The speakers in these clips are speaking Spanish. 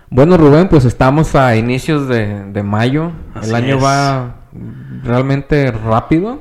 Bueno, Rubén, pues estamos a inicios de mayo. Así El año es. va realmente rápido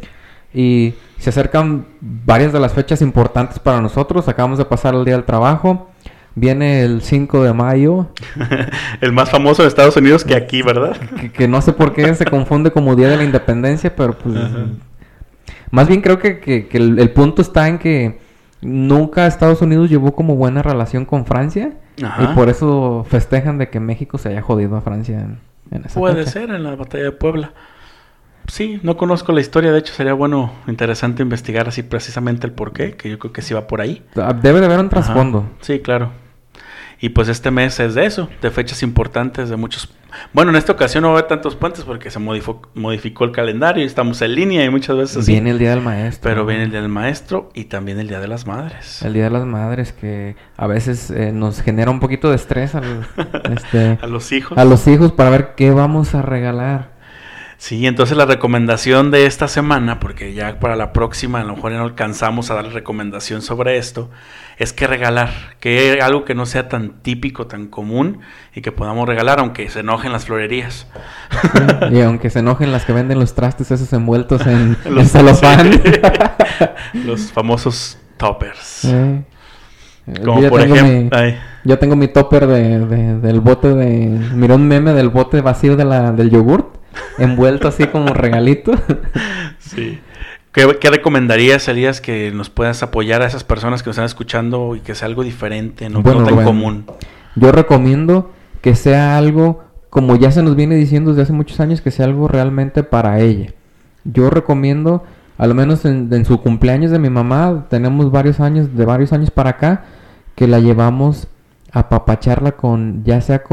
y se acercan varias de las fechas importantes para nosotros. Acabamos de pasar el Día del Trabajo. Viene el 5 de mayo, El más famoso de Estados Unidos que aquí, ¿verdad? que no sé por qué se confunde como Día de la Independencia, pero pues Ajá. más bien creo que el punto está en que nunca Estados Unidos llevó como buena relación con Francia. Ajá. Y por eso festejan de que México se haya jodido a Francia en esa Puede fecha. ser en la batalla de Puebla. Sí, no conozco la historia, de hecho sería bueno, interesante investigar así precisamente el porqué, que yo creo que sí va por ahí. Debe de haber un Ajá. trasfondo. Sí, claro. Y pues este mes es de eso, de fechas importantes, de muchos... Bueno, en esta ocasión no va a haber tantos puentes porque se modificó el calendario y estamos en línea y muchas veces así. Viene el Día del Maestro. Pero viene el Día del Maestro y también el Día de las Madres. El Día de las Madres, que a veces nos genera un poquito de estrés A los hijos. a los hijos para ver qué vamos a regalar. Sí, entonces la recomendación de esta semana, porque ya para la próxima a lo mejor ya no alcanzamos a darle recomendación sobre esto, es que regalar, que algo que no sea tan típico, tan común y que podamos regalar, aunque se enojen las florerías. Sí, y aunque se enojen las que venden los trastes esos envueltos en Los- celofán. Los famosos toppers. Sí. Como Yo por tengo ejemplo... yo tengo mi topper del bote de... Miré un meme del bote vacío del yogurt, envuelto así como regalito. Sí. ¿Qué recomendarías, Elías, que nos puedas apoyar a esas personas que nos están escuchando y que sea algo diferente, no tan Rubén, común? yo recomiendo que sea algo, como ya se nos viene diciendo desde hace muchos años, que sea algo realmente para ella. Yo recomiendo, al menos en su cumpleaños de mi mamá, tenemos varios años para acá, que la llevamos a apapacharla ya sea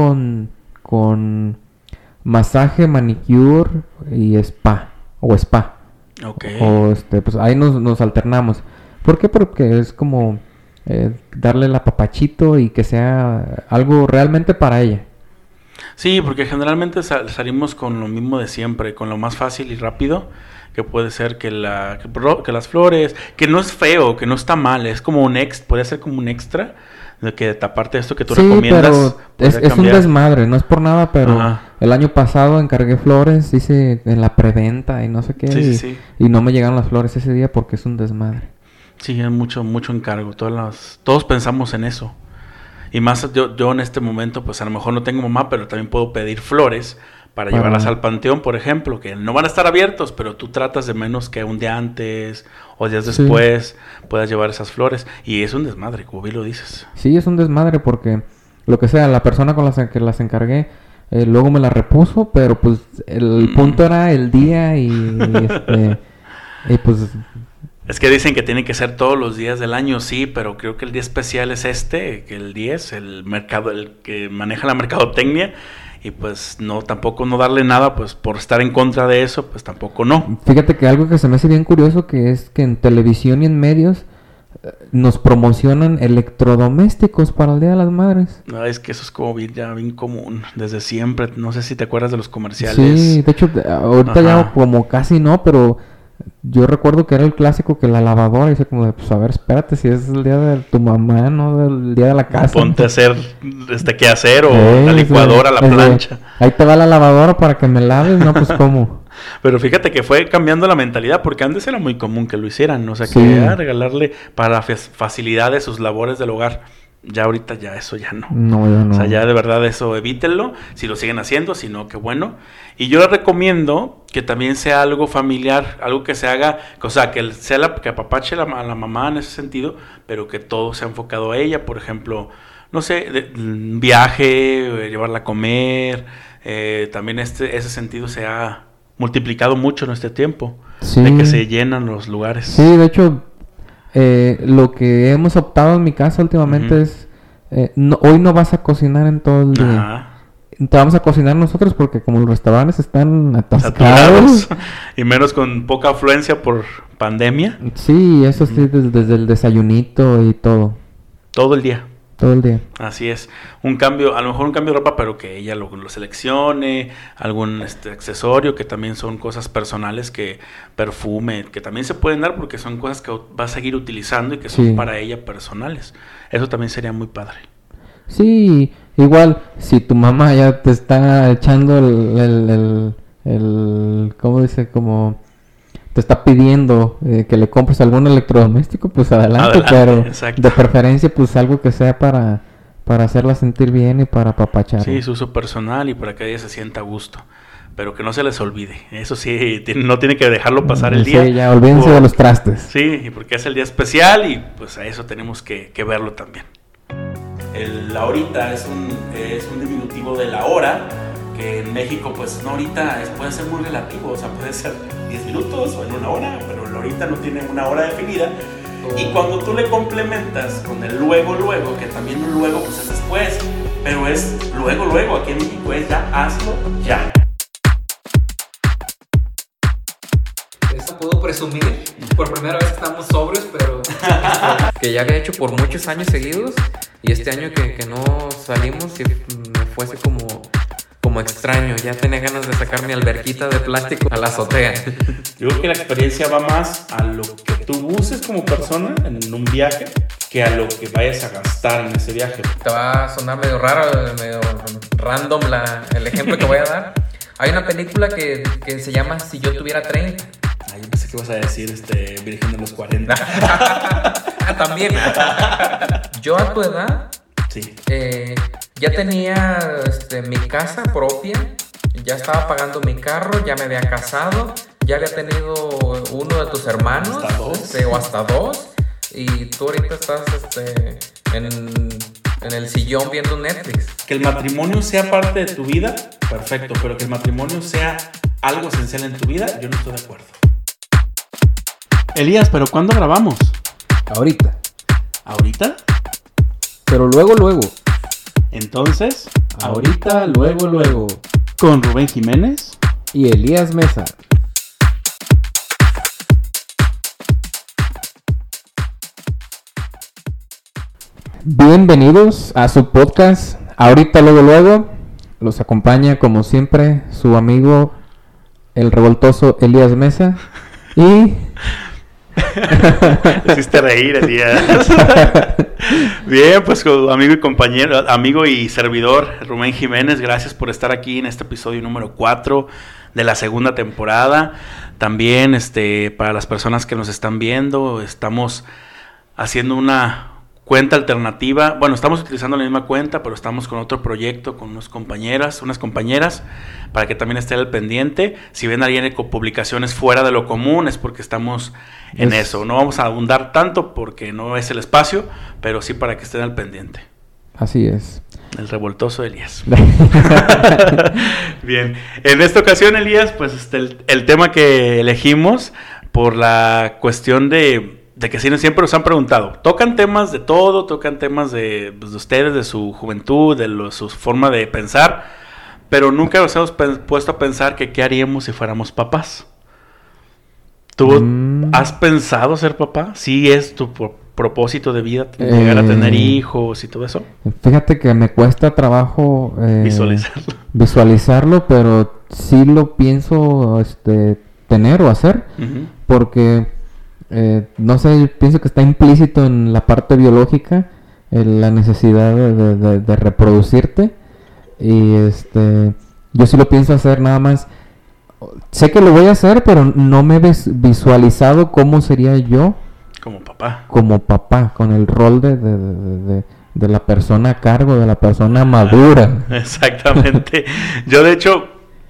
con masaje, manicure y spa, o spa. Ok. O pues ahí nos alternamos. ¿Por qué? Porque es como darle el apapachito y que sea algo realmente para ella. Sí, porque generalmente salimos con lo mismo de siempre, con lo más fácil y rápido, que puede ser que las flores, que no es feo, que no está mal, es como puede ser como un extra, de que aparte de esto que tú Sí, recomiendas, pero es un cambiar. desmadre, no es por nada, pero Ajá. el año pasado encargué flores, hice en la preventa y no sé qué, Sí, sí. y no me llegaron las flores ese día porque es un desmadre. Sí, hay mucho encargo, todos pensamos en eso. Y más yo en este momento, pues a lo mejor no tengo mamá, pero también puedo pedir flores para llevarlas al panteón, por ejemplo, que no van a estar abiertos, pero tú tratas de menos que un día antes o días Sí. después puedas llevar esas flores. Y es un desmadre, como bien lo dices. Sí, es un desmadre porque lo que sea, la persona con la que las encargué luego me la repuso, pero pues el punto era el día y pues Es que dicen que tienen que ser todos los días del año, sí, pero creo que el día especial es que el 10, el que maneja la mercadotecnia, y pues tampoco no darle nada, pues por estar en contra de eso, pues tampoco no. fíjate que algo que se me hace bien curioso que es que en televisión y en medios nos promocionan electrodomésticos para el Día de las Madres. No, es que eso es como ya bien común, desde siempre, no sé si te acuerdas de los comerciales. Sí, de hecho ahorita ya como casi no, pero yo recuerdo que era el clásico que la lavadora dice como de, pues a ver, espérate, si es el día de tu mamá, no del día de la casa. Ponte a hacer qué hacer o la licuadora, la plancha. Ahí te va la lavadora para que me laves, no, pues cómo. Pero fíjate que fue cambiando la mentalidad, porque antes era muy común que lo hicieran, o sea, Sí. que regalarle para facilidad de sus labores del hogar. Ya ahorita ya eso ya no. No, yo no. O sea, ya de verdad eso evítenlo, si lo siguen haciendo, si no, qué bueno. Y yo les recomiendo que también sea algo familiar, algo que se haga, o sea, que que apapache a la mamá en ese sentido, pero que todo sea enfocado a ella. Por ejemplo, no sé, un viaje, llevarla a comer, también ese sentido se ha multiplicado mucho en este tiempo, Sí. de que se llenan los lugares. Sí, de hecho, lo que hemos optado en mi casa últimamente Ujú. es, hoy no vas a cocinar en todo el día. Ajá. Te vamos a cocinar nosotros porque como los restaurantes están Saturados. atascados. Y menos con poca afluencia por pandemia. Sí, eso sí, desde el desayunito y todo Todo el día. el día. Así es. Un cambio, a lo mejor un cambio de ropa, pero que ella lo seleccione, algún accesorio, que también son cosas personales, que perfume, que también se pueden dar porque son cosas que va a seguir utilizando y que son Sí. para ella personales. Eso también sería muy padre. Sí, Igual, si tu mamá ya te está echando ¿cómo dice? Como te está pidiendo que le compres algún electrodoméstico, pues adelante, pero exacto. de preferencia pues algo que sea para hacerla sentir bien y para apapacharla. Sí, su uso personal y para que ella se sienta a gusto. Pero que no se les olvide. Eso sí, no tiene que dejarlo pasar el día. Sí, ya, olvídense de los trastes. Sí, y porque es el día especial y pues a eso tenemos que verlo también. La horita es un diminutivo de la hora, que en México pues no horita puede ser muy relativo, o sea, puede ser 10 minutos o en una hora, pero la horita no tiene una hora definida. Y cuando tú le complementas con el luego, que también un luego pues es después, pero es luego, aquí en México es ya, hazlo ya. Eso puedo presumir, por primera vez estamos sobrios, pero que ya había hecho por muchos años seguidos, y este año que no salimos y me fuese como extraño, ya tenía ganas de sacar mi alberquita de plástico a la azotea. Yo creo que la experiencia va más a lo que tú uses como persona en un viaje que a lo que vayas a gastar en ese viaje. Te va a sonar medio raro, medio random el ejemplo que voy a dar. Hay una película que se llama Si yo tuviera 30. Yo pensé que ibas a decir Virgen de los 40. También. Yo a tu edad sí. Ya tenía mi casa propia, ya estaba pagando mi carro, ya me había casado, ya había tenido uno de tus hermanos, hasta dos. O hasta dos, y tú ahorita estás en el sillón viendo Netflix. Que el matrimonio sea parte de tu vida, perfecto, pero que el matrimonio sea algo esencial en tu vida, yo no estoy de acuerdo. Elías, ¿pero cuándo grabamos? Ahorita. ¿Ahorita? Pero luego. Entonces, ahorita, luego. Con Rubén Jiménez y Elías Mesa. Bienvenidos a su podcast. Ahorita, luego. Los acompaña, como siempre, su amigo, el revoltoso Elías Mesa. Y... hiciste reír, Elías. Bien, pues amigo y compañero, amigo y servidor Rubén Jiménez, gracias por estar aquí en este episodio número 4 de la segunda temporada. También para las personas que nos están viendo, estamos haciendo una cuenta alternativa. Bueno, estamos utilizando la misma cuenta, pero estamos con otro proyecto, con unas compañeras, para que también esté al pendiente. Si ven alguien con publicaciones fuera de lo común, es porque estamos en eso. No vamos a abundar tanto porque no es el espacio, pero sí para que estén al pendiente. Así es. El revoltoso Elías. Bien, en esta ocasión, Elías, pues el tema que elegimos por la cuestión de que siempre nos han preguntado. Tocan temas de todo, tocan temas de ustedes, de su juventud, de su forma de pensar, pero nunca nos hemos puesto a pensar que qué haríamos si fuéramos papás. ¿Tú has pensado ser papá? ¿Sí es tu propósito de vida llegar a tener hijos y todo eso? Fíjate que me cuesta trabajo visualizarlo, pero sí lo pienso tener o hacer, porque no sé, pienso que está implícito en la parte biológica la necesidad de reproducirte, y yo sí lo pienso hacer, nada más sé que lo voy a hacer, pero no me he visualizado cómo sería yo como papá, con el rol de la persona a cargo, de la persona madura. Exactamente. Yo de hecho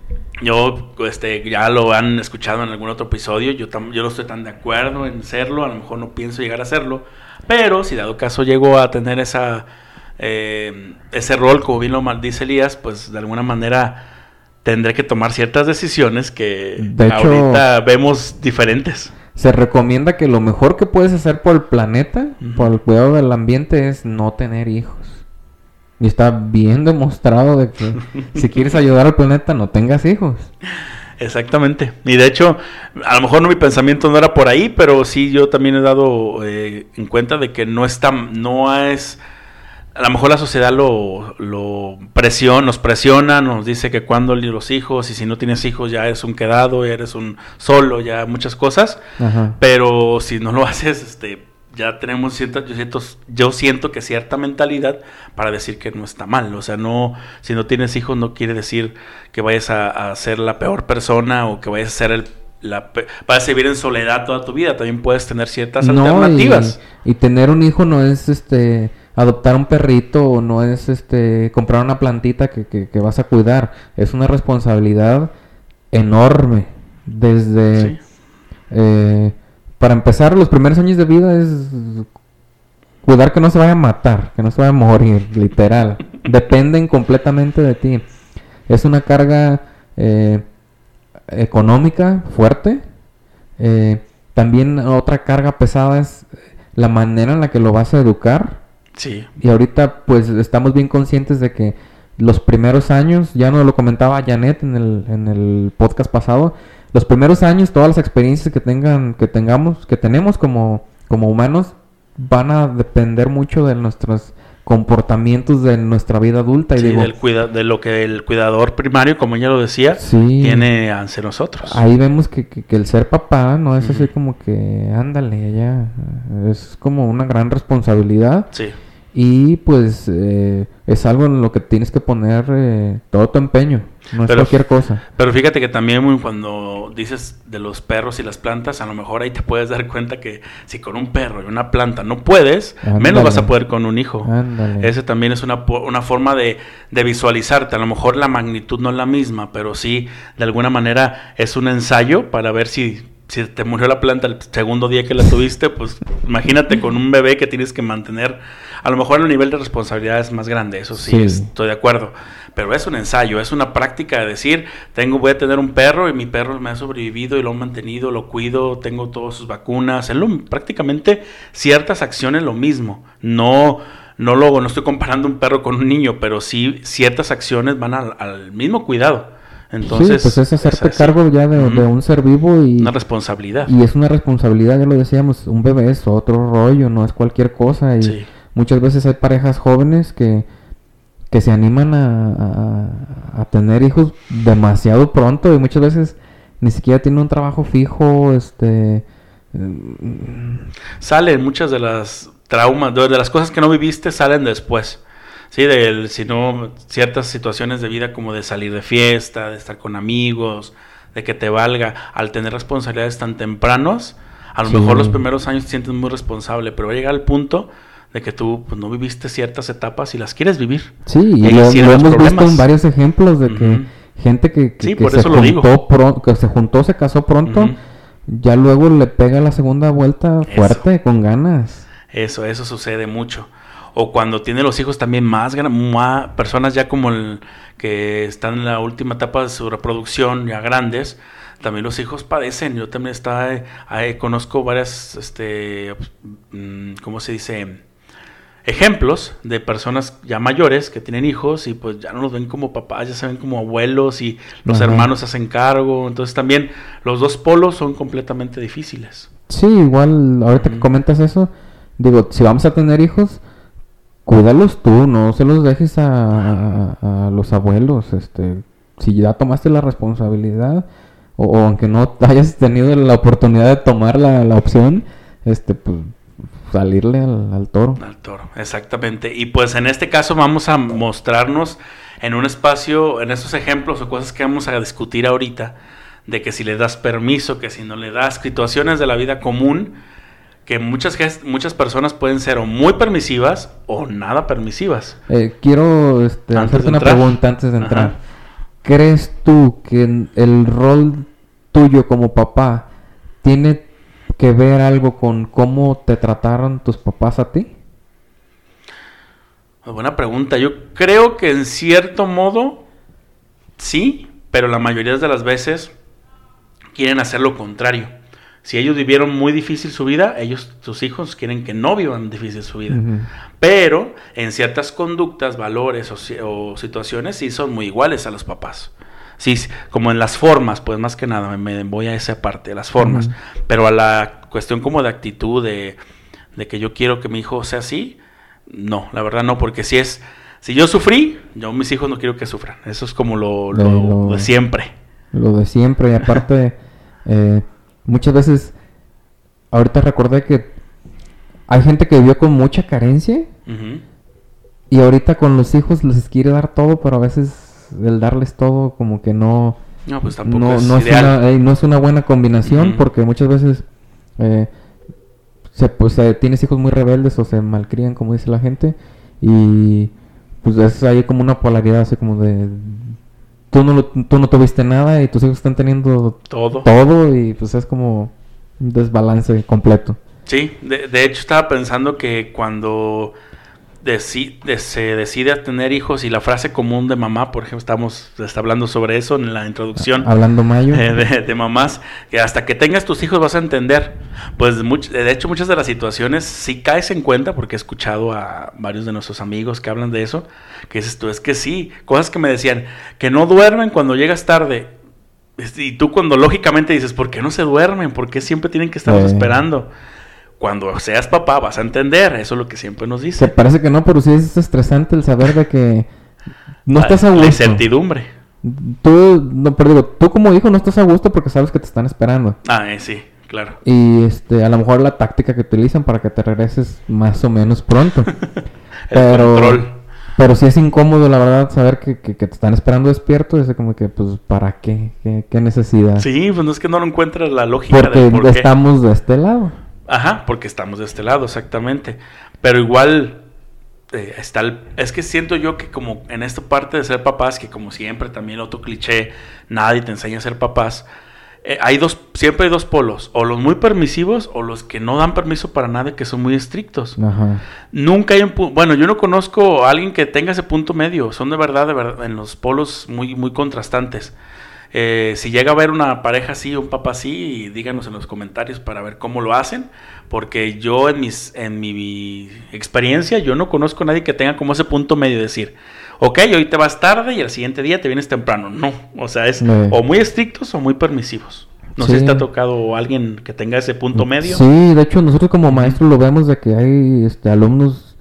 ya lo han escuchado en algún otro episodio, yo no estoy tan de acuerdo en serlo, a lo mejor no pienso llegar a serlo, pero si dado caso llego a tener ese rol, como bien lo dice Elías, pues de alguna manera tendré que tomar ciertas decisiones que de hecho, ahorita vemos diferentes. Se recomienda que lo mejor que puedes hacer por el planeta, por el cuidado del ambiente, es no tener hijos. Y está bien demostrado de que si quieres ayudar al planeta, no tengas hijos. Exactamente. Y de hecho, a lo mejor mi pensamiento no era por ahí, pero sí yo también he dado en cuenta de que no es... A lo mejor la sociedad nos presiona, nos dice que cuando los hijos, y si no tienes hijos ya eres un quedado, ya eres un solo, ya muchas cosas. Ajá. Pero si no lo haces, ya tenemos yo siento que cierta mentalidad para decir que no está mal. O sea, no, si no tienes hijos no quiere decir que vayas a ser la peor persona o que vayas a ser vas a vivir en soledad toda tu vida. También puedes tener ciertas alternativas. Y tener un hijo no es adoptar un perrito, o no es comprar una plantita que vas a cuidar. Es una responsabilidad enorme. Desde para empezar, los primeros años de vida es cuidar que no se vaya a matar, que no se vaya a morir, literal. Dependen completamente de ti. Es una carga económica fuerte. También otra carga pesada es la manera en la que lo vas a educar. Sí. Y ahorita pues estamos bien conscientes de que los primeros años, ya nos lo comentaba Janet en el podcast pasado, los primeros años, todas las experiencias que tenemos como humanos, van a depender mucho de nuestros comportamientos de nuestra vida adulta. Y sí, de lo que el cuidador primario, como ella lo decía, tiene hacia nosotros. Ahí vemos que el ser papá no es así como que, ándale, ya, es como una gran responsabilidad. Sí. Y pues es algo en lo que tienes que poner todo tu empeño, no es cualquier cosa. Pero fíjate que también cuando dices de los perros y las plantas, a lo mejor ahí te puedes dar cuenta que si con un perro y una planta no puedes, menos vas a poder con un hijo. Ándale. Ese también es una forma de visualizarte. A lo mejor la magnitud no es la misma, pero sí, de alguna manera es un ensayo para ver si te murió la planta el segundo día que la tuviste, pues imagínate con un bebé que tienes que mantener. A lo mejor el nivel de responsabilidad es más grande, eso sí. Estoy de acuerdo. Pero es un ensayo, es una práctica de decir, voy a tener un perro y mi perro me ha sobrevivido y lo he mantenido, lo cuido, tengo todas sus vacunas. Prácticamente ciertas acciones lo mismo. No estoy comparando un perro con un niño, pero sí ciertas acciones van al mismo cuidado. Entonces, pues es hacerte cargo ya de un ser vivo y... Una responsabilidad. Y es una responsabilidad, ya lo decíamos, un bebé es otro rollo, no es cualquier cosa. Y muchas veces hay parejas jóvenes que se animan a tener hijos demasiado pronto y muchas veces ni siquiera tienen un trabajo fijo, Salen muchas de las traumas, de las cosas que no viviste salen después. Sí, sino ciertas situaciones de vida como de salir de fiesta, de estar con amigos, de que te valga. Al tener responsabilidades tan tempranos, a lo mejor los primeros años te sientes muy responsable, pero va a llegar el punto de que tú pues, no viviste ciertas etapas y las quieres vivir. Sí, y lo hemos visto en varios ejemplos de que gente que se juntó, se casó pronto, ya luego le pega la segunda vuelta fuerte, con ganas. Eso sucede mucho. O cuando tiene los hijos también más personas ya como que están en la última etapa de su reproducción, ya grandes, también los hijos padecen. Yo también conozco varias, ¿cómo se dice? Ejemplos de personas ya mayores que tienen hijos y pues ya no los ven como papás, ya se ven como abuelos y los hermanos se hacen cargo. Entonces también los dos polos son completamente difíciles. Sí, igual ahorita que comentas eso, digo, si vamos a tener hijos, cuídalos tú, no se los dejes a los abuelos. Si ya tomaste la responsabilidad, o aunque no hayas tenido la oportunidad de tomar la opción, pues salirle al toro. Al toro, exactamente. Y pues en este caso vamos a mostrarnos en un espacio, en estos ejemplos o cosas que vamos a discutir ahorita, de que si le das permiso, que si no le das, situaciones de la vida común, que muchas personas pueden ser o muy permisivas o nada permisivas. Quiero hacerte una pregunta antes de entrar. ¿Crees tú que el rol tuyo como papá tiene que ver algo con cómo te trataron tus papás a ti? Buena pregunta. Yo creo que en cierto modo sí, pero la mayoría de las veces quieren hacer lo contrario. Si ellos vivieron muy difícil su vida, sus hijos quieren que no vivan difícil su vida. Pero en ciertas conductas, valores o situaciones sí son muy iguales a los papás. Sí, como en las formas, pues más que nada, me voy a esa parte, las formas. Pero a la cuestión como de actitud, de que yo quiero que mi hijo sea así, no, la verdad no, porque si yo sufrí, mis hijos no quiero que sufran. Eso es como lo de siempre. Lo de siempre, y aparte, muchas veces, ahorita recordé que hay gente que vivió con mucha carencia Ujú. y ahorita con los hijos les quiere dar todo, pero a veces el darles todo como que no... No, pues tampoco No, es no, es ideal. no es una buena combinación Ujú. porque muchas veces tienes hijos muy rebeldes o se malcrían, como dice la gente, y pues es ahí como una polaridad, así como de tú no tuviste nada y tus hijos están teniendo Todo. todo y pues es como un desbalance completo. Sí, de hecho estaba pensando que cuando se decide a tener hijos y la frase común de mamá, por ejemplo, está hablando sobre eso en la introducción Hablando mayo. de mamás, que hasta que tengas tus hijos vas a entender. Pues de hecho muchas de las situaciones sí caes en cuenta, porque he escuchado a varios de nuestros amigos que hablan de eso, que dices tú, es que sí, cosas que me decían, que no duermen cuando llegas tarde. Y tú cuando lógicamente dices, ¿por qué no se duermen? ¿Por qué siempre tienen que estarnos esperando? Cuando seas papá vas a entender, eso es lo que siempre nos Se dice. parece que no, pero sí es estresante el saber de que no estás a gusto. La incertidumbre. Pero digo, tú como hijo no estás a gusto porque sabes que te están esperando. Sí, claro. Y a lo mejor la táctica que utilizan para que te regreses más o menos pronto. Control. Pero sí es incómodo, la verdad, saber que te están esperando despierto. Es como que, pues, ¿para qué? ¿Qué necesidad? Sí, pues no es que no lo encuentras la lógica porque del por qué. Estamos de este lado. Ajá, porque estamos de este lado, exactamente. Pero igual es que siento yo que como en esta parte de ser papás, que como siempre también otro cliché, nadie te enseña a ser papás, siempre hay dos polos, o los muy permisivos o los que no dan permiso para nada, que son muy estrictos. Ajá. Nunca hay bueno, yo no conozco a alguien que tenga ese punto medio, son de verdad, en los polos muy, muy contrastantes. Si llega a haber una pareja así, un papá así, díganos en los comentarios para ver cómo lo hacen, porque yo en mi experiencia, yo no conozco a nadie que tenga como ese punto medio de decir, ok, hoy te vas tarde y al siguiente día te vienes temprano. No, o sea, es o muy estrictos o muy permisivos. No sé si te ha tocado alguien que tenga ese punto medio. Sí, de hecho nosotros como maestros lo vemos de que hay alumnos,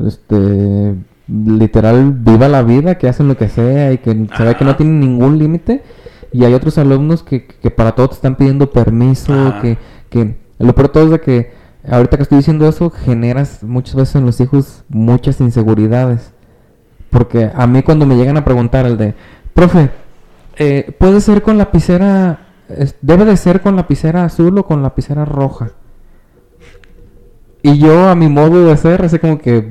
literal, viva la vida, que hacen lo que sea y que se ve que no tienen ningún límite. Y hay otros alumnos que para todo te están pidiendo permiso, que lo peor de todo es de que ahorita que estoy diciendo eso, generas muchas veces en los hijos muchas inseguridades. Porque a mí cuando me llegan a preguntar el de, profe, ¿puede ser con lapicera, debe de ser con lapicera azul o con lapicera roja? Y yo a mi modo de ser, así como que,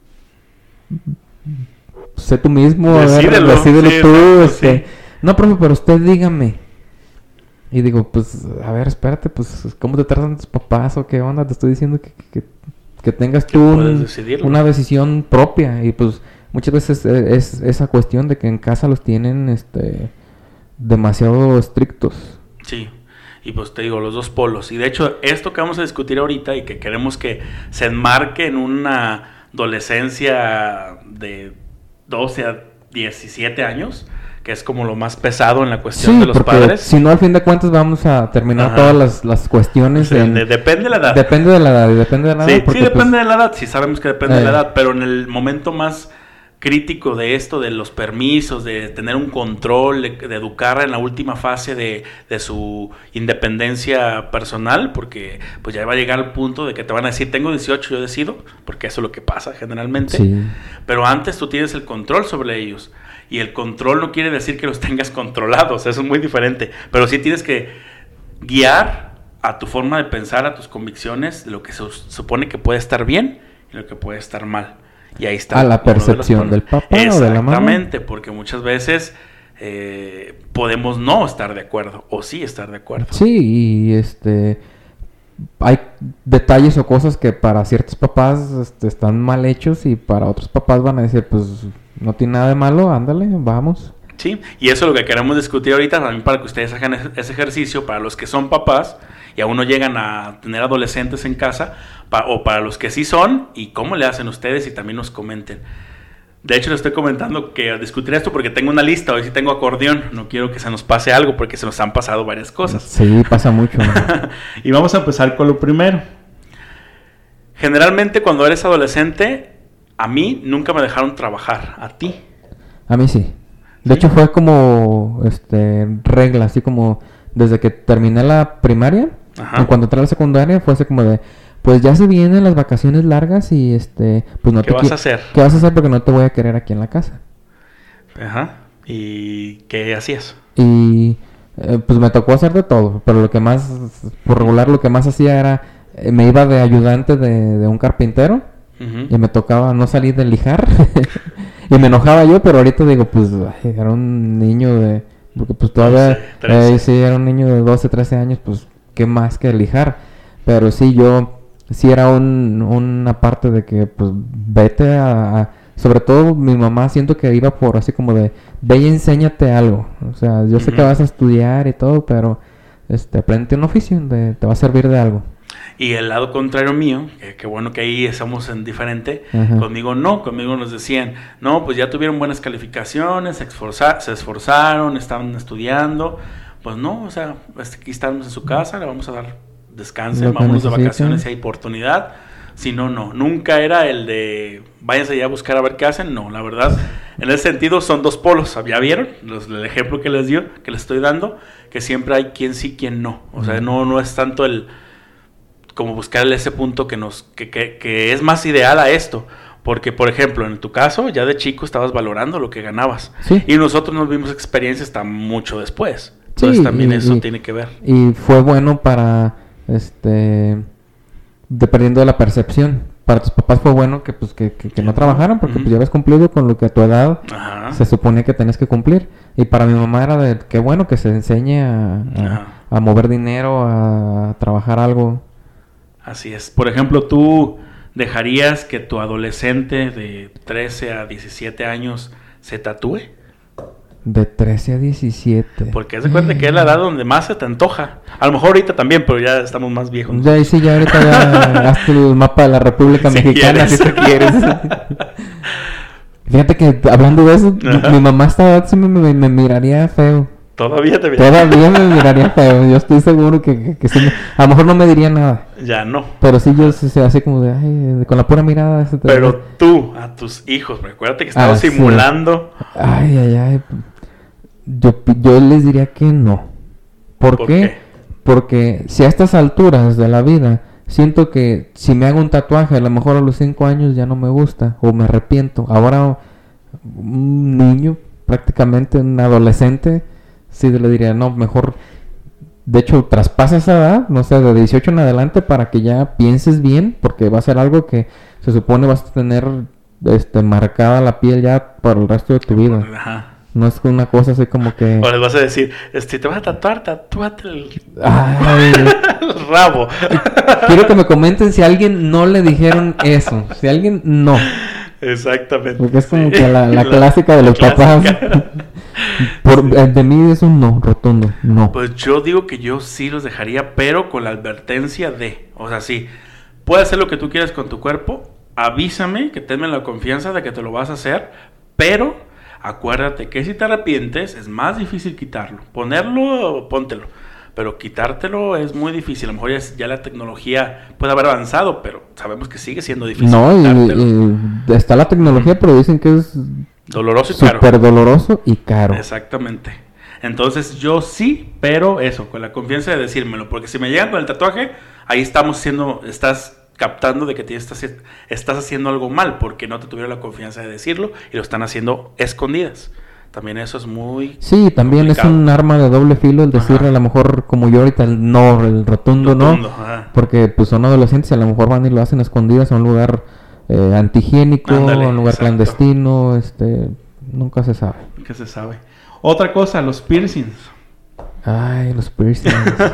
sé tú mismo, decídelo sí, tú, sí. No, profe, pero usted dígame. Y digo, pues, a ver, espérate, pues, ¿cómo te tratan tus papás o qué onda? Te estoy diciendo que tengas tú una decisión propia. Y pues, muchas veces es esa cuestión de que en casa los tienen, demasiado estrictos. Sí, y pues te digo, los dos polos. Y de hecho, esto que vamos a discutir ahorita y que queremos que se enmarque en una adolescencia de 12 a 17 años... que es como lo más pesado en la cuestión de los padres. Si no, al fin de cuentas vamos a terminar todas las cuestiones. Depende de la edad. Depende de la edad. Sí, depende de la edad. Sí, sabemos que depende de la edad. Pero en el momento más crítico de esto, de los permisos, de tener un control, de educar en la última fase de su independencia personal, porque pues ya va a llegar al punto de que te van a decir, tengo 18, yo decido, porque eso es lo que pasa generalmente. Sí. Pero antes tú tienes el control sobre ellos. Y el control no quiere decir que los tengas controlados, eso es muy diferente. Pero sí tienes que guiar a tu forma de pensar, a tus convicciones, de lo que se supone que puede estar bien y lo que puede estar mal. Y ahí está. A la percepción del papá o de la mamá. Exactamente, porque muchas veces podemos no estar de acuerdo o sí estar de acuerdo. Sí, y hay detalles o cosas que para ciertos papás están mal hechos y para otros papás van a decir, pues... no tiene nada de malo, ándale, vamos. Sí, y eso es lo que queremos discutir ahorita, también para que ustedes hagan ese ejercicio, para los que son papás y aún no llegan a tener adolescentes en casa, o para los que sí son, y cómo le hacen ustedes y también nos comenten. De hecho, les estoy comentando que discutir esto porque tengo una lista, hoy sí tengo acordeón, no quiero que se nos pase algo porque se nos han pasado varias cosas. Sí, pasa mucho. Y vamos a empezar con lo primero. Generalmente cuando eres adolescente... A mí nunca me dejaron trabajar. ¿A ti? A mí sí. De hecho fue como regla, así como desde que terminé la primaria, y cuando entré a la secundaria fue así como de, pues ya se vienen las vacaciones largas y pues no ¿Qué vas a hacer? ¿Qué vas a hacer? Porque no te voy a querer aquí en la casa. Ajá. ¿Y qué hacías? Y pues me tocó hacer de todo, pero lo que más, por regular, lo que más hacía era, me iba de ayudante de un carpintero y me tocaba no salir de lijar y me enojaba yo, pero ahorita digo, pues ay, era un niño porque pues todavía, 13. sí, era un niño de 12, 13 años, pues qué más que lijar, pero sí, sí era una parte de que pues vete sobre todo mi mamá siento que iba por así como de ve y enséñate algo. O sea, yo sé que vas a estudiar y todo, pero aprende un oficio, te va a servir de algo. Y el lado contrario mío, que bueno que ahí estamos en diferente, conmigo nos decían, no, pues ya tuvieron buenas calificaciones, se esforzaron, estaban estudiando, pues no, o sea, aquí estamos en su casa, le vamos a dar descanso, vámonos de vacaciones si hay oportunidad. Si no, nunca era el de váyanse ya a buscar a ver qué hacen. No, la verdad, en ese sentido son dos polos. ¿Ya vieron? El ejemplo que les estoy dando, que siempre hay quien sí, quien no. O sea, no es tanto como buscarle ese punto que es más ideal a esto. Porque, por ejemplo, en tu caso, ya de chico estabas valorando lo que ganabas. Sí. Y nosotros nos vimos experiencia hasta mucho después. Entonces también eso tiene que ver. Y fue bueno para, dependiendo de la percepción. Para tus papás fue bueno que no trabajaran porque pues ya habías cumplido con lo que a tu edad se suponía que tenías que cumplir. Y para mi mamá era de qué bueno que se enseñe a mover dinero, a trabajar algo. Así es. Por ejemplo, ¿tú dejarías que tu adolescente de 13 a 17 años se tatúe? De 13 a 17. Porque se cuenta que es la edad donde más se te antoja. A lo mejor ahorita también, pero ya estamos más viejos. Ya, sí, ya ahorita ya hazte el mapa de la República Mexicana si tú quieres. Fíjate que hablando de eso, mi mamá a esta edad sí me miraría feo. ¿Todavía te miraría? Todavía me miraría feo. Yo estoy seguro que sí. A lo mejor no me diría nada. Ya no. Pero sí, yo se hace como de, ay, con la pura mirada. Pero tú, a tus hijos, recuérdate que estabas simulando. Sí. Ay. Yo les diría que no. ¿Por qué? Porque si a estas alturas de la vida siento que si me hago un tatuaje a lo mejor a los 5 años ya no me gusta o me arrepiento. Ahora un niño, prácticamente un adolescente, sí le diría no, mejor de hecho traspasa esa edad, no sé, de 18 en adelante para que ya pienses bien, porque va a ser algo que se supone vas a tener marcada la piel ya para el resto de tu vida. Ajá. No es una cosa así como que... O les vas a decir, te vas a tatuar, tatúate el rabo. Quiero que me comenten si a alguien no le dijeron eso. Si a alguien no. Exactamente. Porque es como que la clásica de los papás. De mí es un no, rotundo, no. Pues yo digo que yo sí los dejaría, pero con la advertencia de... O sea, sí, puedes hacer lo que tú quieras con tu cuerpo, avísame, que tenme la confianza de que te lo vas a hacer, pero... Acuérdate que si te arrepientes es más difícil quitarlo. Ponerlo, póntelo. Pero quitártelo es muy difícil. A lo mejor ya la tecnología puede haber avanzado, pero sabemos que sigue siendo difícil. No, y está la tecnología, pero dicen que es doloroso y caro. Súper doloroso y caro. Exactamente. Entonces yo sí, pero eso, con la confianza de decírmelo. Porque si me llegan con el tatuaje, ahí estás captando de que estás haciendo algo mal porque no te tuvieron la confianza de decirlo y lo están haciendo escondidas. También eso es muy también complicado. Es un arma de doble filo el decirle a lo mejor como yo ahorita el rotundo no, porque pues son adolescentes y a lo mejor van y lo hacen escondidas en un lugar antihigiénico, en un lugar clandestino, nunca se sabe. Nunca se sabe. Otra cosa, los piercings. Ay, los piercings.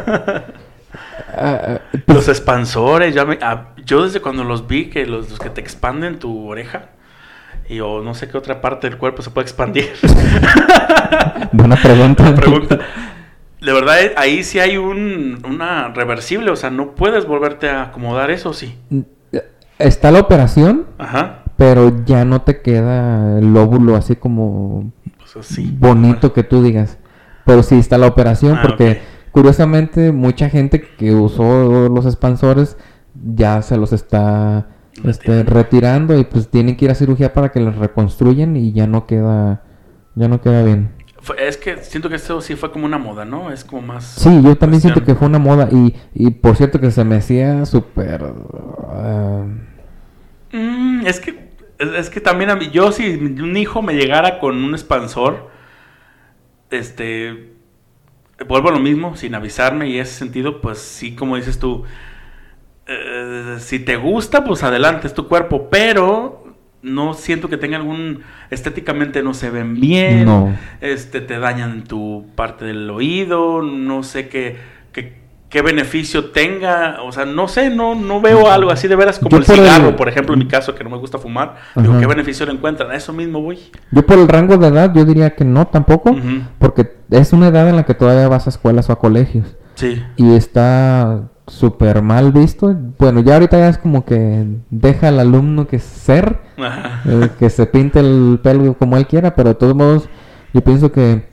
Los expansores, yo desde cuando los vi, que los que te expanden tu oreja o no sé qué otra parte del cuerpo se puede expandir. Buena pregunta. De verdad, ahí sí hay una reversible, o sea, no puedes volverte a acomodar eso, sí. Está la operación, pero ya no te queda el lóbulo así como bonito que tú digas. Pero sí está la operación porque... Curiosamente, mucha gente que usó los expansores ya se los está retirando y pues tienen que ir a cirugía para que los reconstruyan y ya no queda bien. Es que siento que esto sí fue como una moda, ¿no? Es como más... Sí, yo también siento que fue una moda. Y por cierto que se me hacía súper... Es que también a mí, yo si un hijo me llegara con un expansor, vuelvo a lo mismo, sin avisarme, y en ese sentido, pues sí, como dices tú, si te gusta, pues adelante, es tu cuerpo, pero no siento que tenga estéticamente no se ven bien, No. Te dañan tu parte del oído, no sé qué beneficio tenga, o sea, no sé, no veo algo así de veras como el cigarro, por ejemplo, en mi caso, que no me gusta fumar. Digo, ¿qué beneficio le encuentran? A eso mismo voy. Yo por el rango de edad, yo diría que no tampoco, porque es una edad en la que todavía vas a escuelas o a colegios. Sí. Y está súper mal visto. Bueno, ya ahorita ya es como que deja al alumno que que se pinte el pelo como él quiera, pero de todos modos, yo pienso que,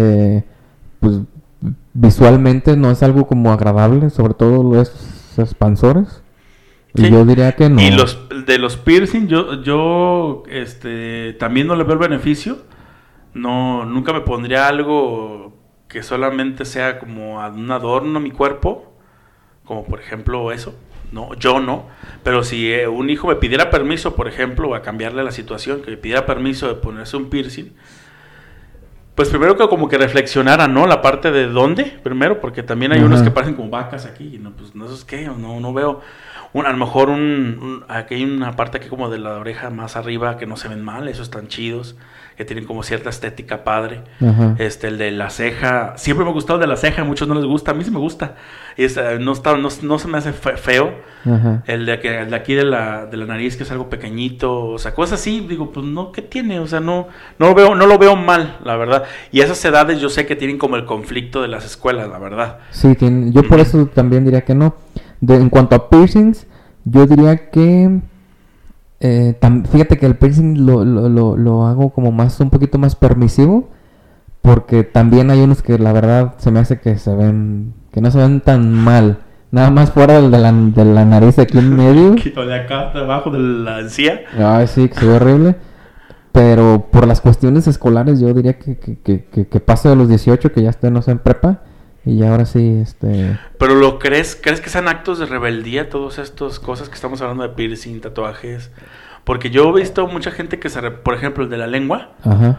pues, visualmente no es algo como agradable, sobre todo los expansores. Sí. Y yo diría que no. Y los piercing, yo también no le veo el beneficio. No, nunca me pondría algo que solamente sea como un adorno a mi cuerpo, como por ejemplo eso. No, yo no. Pero si un hijo me pidiera permiso, por ejemplo, a cambiarle la situación, que me pidiera permiso de ponerse un piercing, pues primero que como que reflexionara, ¿no? La parte de dónde, primero, porque también hay unos que parecen como vacas aquí, y no, pues no sé qué, no veo. A lo mejor aquí hay una parte aquí como de la oreja más arriba que no se ven mal, esos están chidos, que tienen como cierta estética padre. El de la ceja, siempre me ha gustado el de la ceja, a muchos no les gusta, a mí sí me gusta. No se me hace feo. El de aquí de la nariz, que es algo pequeñito, o sea, cosas así, digo, pues no, ¿qué tiene? O sea, no lo veo mal, la verdad. Y esas edades yo sé que tienen como el conflicto de las escuelas, la verdad. Sí, yo por eso también diría que no. En cuanto a piercings, yo diría que fíjate que el piercing lo hago como un poquito más permisivo, porque también hay unos que la verdad se me hace que no se ven tan mal, nada más fuera de la nariz aquí en medio. O de acá, debajo de la encía. Ay, sí, que se ve horrible. Pero por las cuestiones escolares yo diría que pase de los 18, que ya esté, no sé, en prepa. Y ahora sí, Pero ¿crees que sean actos de rebeldía todas estas cosas que estamos hablando de piercing, tatuajes? Porque yo he visto mucha gente que por ejemplo, el de la lengua,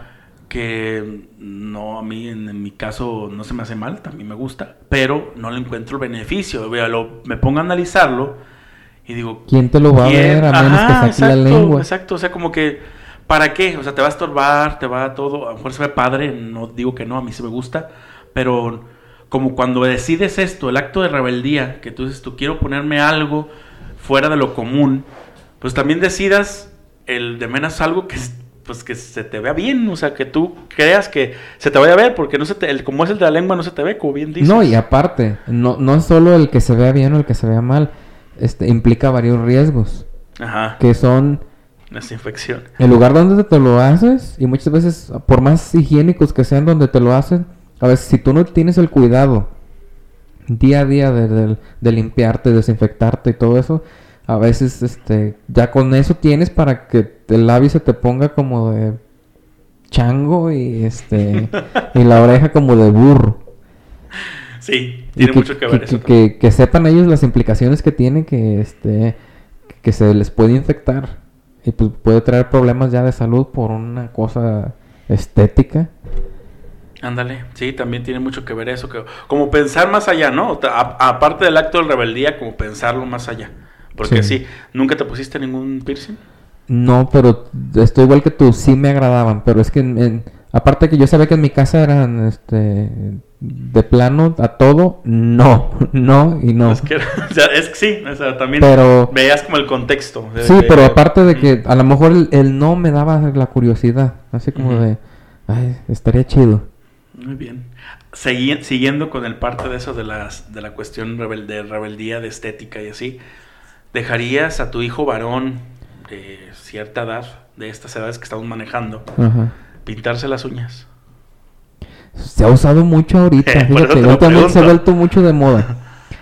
que no, a mí en mi caso no se me hace mal, también me gusta, pero no le encuentro el beneficio. Me pongo a analizarlo y digo, ¿quién te lo va a ver a menos que saque la lengua? Exacto, o sea, como que, ¿para qué? O sea, te va a estorbar, te va a todo, a lo mejor se ve padre, no digo que no, a mí sí me gusta, pero como cuando decides esto, el acto de rebeldía, que tú dices, quiero ponerme algo fuera de lo común, pues también decidas de menos algo que se te vea bien, o sea, que tú creas que se te vaya a ver, porque como es el de la lengua no se te ve, como bien dices. No, y aparte, no es solo el que se vea bien o el que se vea mal, implica varios riesgos. Que son las infecciones. El lugar donde te lo haces, y muchas veces, por más higiénicos que sean donde te lo hacen, a veces si tú no tienes el cuidado día a día de limpiarte, desinfectarte y todo eso, a veces ya con eso tienes para que el labio se te ponga como de chango y y la oreja como de burro. Sí, tiene mucho que ver eso. Que sepan ellos las implicaciones que tiene que se les puede infectar y pues puede traer problemas ya de salud por una cosa estética. Ándale, sí, también tiene mucho que ver eso, como pensar más allá, ¿no? Aparte del acto de rebeldía, como pensarlo más allá. Porque sí, ¿nunca te pusiste ningún piercing? No, pero estoy igual que tú, sí me agradaban, pero es que aparte que yo sabía que en mi casa eran de plano a todo, no y no. Es que sí, o sea, también pero, veías como el contexto. Pero aparte de que a lo mejor el no me daba la curiosidad, así como de, ay, estaría chido. Muy bien. Siguiendo con el parte de eso de la cuestión de rebeldía, de estética y así, ¿dejarías a tu hijo varón de cierta edad, de estas edades que estamos manejando, pintarse las uñas? Se ha usado mucho ahorita, fíjate, últimamente se ha vuelto mucho de moda.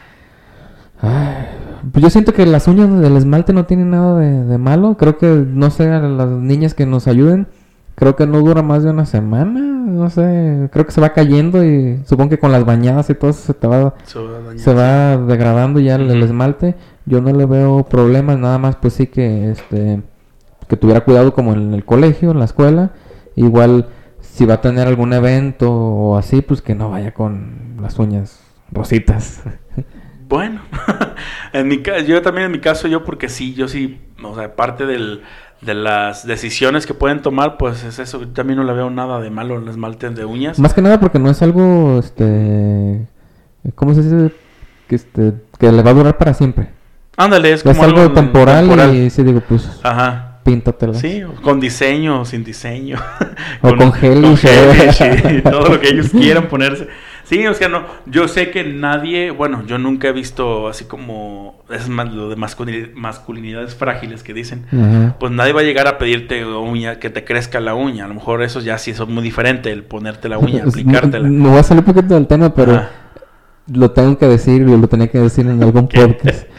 Ay, pues yo siento que las uñas del esmalte no tienen nada de malo. Creo que, no sé, a las niñas que nos ayuden, creo que no dura más de una semana, no sé, creo que se va cayendo y supongo que con las bañadas y todo eso se va degradando ya el esmalte. Yo no le veo problemas, nada más pues sí que que tuviera cuidado como en el colegio, en la escuela. Igual si va a tener algún evento o así, pues que no vaya con las uñas rositas. Bueno, yo también en mi caso, porque yo sí, o sea, parte de las decisiones que pueden tomar, pues es eso. Yo también no le veo nada de malo en el esmalte de uñas. Más que nada porque no es algo, ¿cómo se dice? Que le va a durar para siempre. Ándale, es como algo temporal. Y sí digo, pues, ajá, píntatela. Sí, con diseño o sin diseño. O con gelish. Y todo lo que ellos quieran ponerse. Sí, o sea, no, yo sé que nadie, bueno, yo nunca he visto así como, es más lo de masculinidades frágiles que dicen, pues nadie va a llegar a pedirte uña, que te crezca la uña. A lo mejor eso ya sí es muy diferente, el ponerte la uña, aplicártela. Me voy a salir un poquito del tema, pero lo tengo que decir, lo tenía que decir en algún podcast.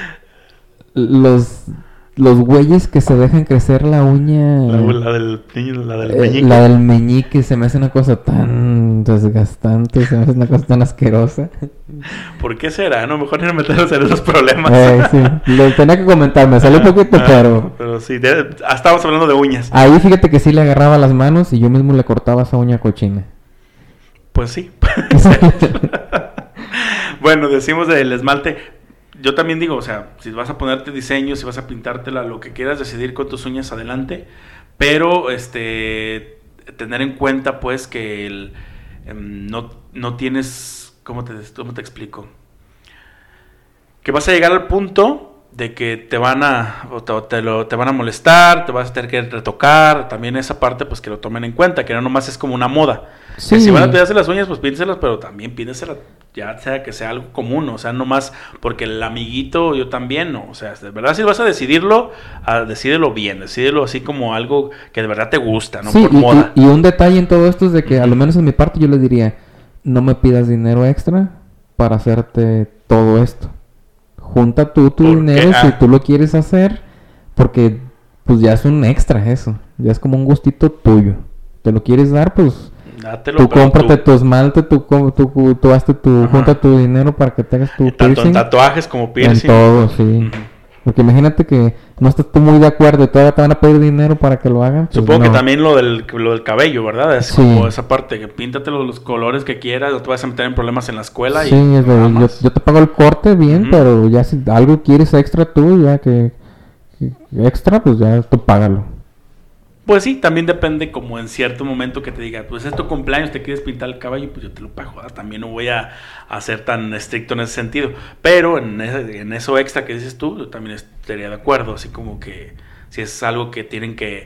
Los güeyes que se dejan crecer la uña... La del meñique. La del meñique se me hace una cosa tan desgastante, se me hace una cosa tan asquerosa. ¿Por qué será? No, mejor no meternos en esos problemas. Sí, lo tenía que comentar, me salió un poquito, pero... Pero sí, estábamos hablando de uñas. Ahí fíjate que sí le agarraba las manos y yo mismo le cortaba esa uña cochina. Pues sí. Bueno, decimos del esmalte... Yo también digo, o sea, si vas a ponerte diseño, si vas a pintártela, lo que quieras decidir con tus uñas, adelante. Pero, tener en cuenta, pues, que no tienes... ¿Cómo te explico? Que vas a llegar al punto de que te van a molestar, te vas a tener que retocar. También esa parte, pues, que lo tomen en cuenta, que no nomás es como una moda. Sí. Que si van a pintarse las uñas, pues pínteselas, pero también pínteselas, ya sea que sea algo común, o sea, no más porque el amiguito, yo también, no, o sea, de verdad si vas a decidirlo, decídelo bien, decídelo así como algo que de verdad te gusta, no por moda. Y un detalle en todo esto es de que, a lo menos en mi parte, yo le diría, no me pidas dinero extra para hacerte todo esto. Junta tú tu dinero si tú lo quieres hacer, porque pues ya es un extra eso, ya es como un gustito tuyo. ¿Te lo quieres dar? Pues... Dátelo, tú cómprate tu esmalte, tú hazte junta tu dinero para que te hagas tu piercing. Tanto en tatuajes como piercing. En todo, sí. Porque imagínate que no estás tú muy de acuerdo y todavía te van a pedir dinero para que lo hagan. Pues supongo que también lo del cabello, ¿verdad? Es como esa parte, que píntate los colores que quieras, no te vas a meter en problemas en la escuela. Sí, yo te pago el corte bien, pero ya si algo quieres extra tú, ya que extra, pues ya tú págalo. Pues sí, también depende como en cierto momento que te diga, pues es tu cumpleaños, te quieres pintar el cabello, pues yo te lo pago, ¿verdad? También no voy a ser tan estricto en ese sentido. Pero en eso extra que dices tú, yo también estaría de acuerdo, así como que si es algo que tienen que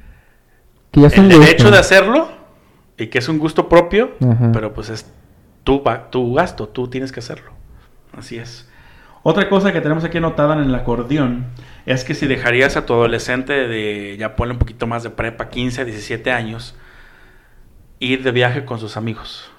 ya el derecho de hacerlo y que es un gusto propio, pero pues es tu gasto, tú tienes que hacerlo. Así es. Otra cosa que tenemos aquí anotada en el acordeón es que si dejarías a tu adolescente ya ponle un poquito más de prepa, 15 a 17 años, ir de viaje con sus amigos.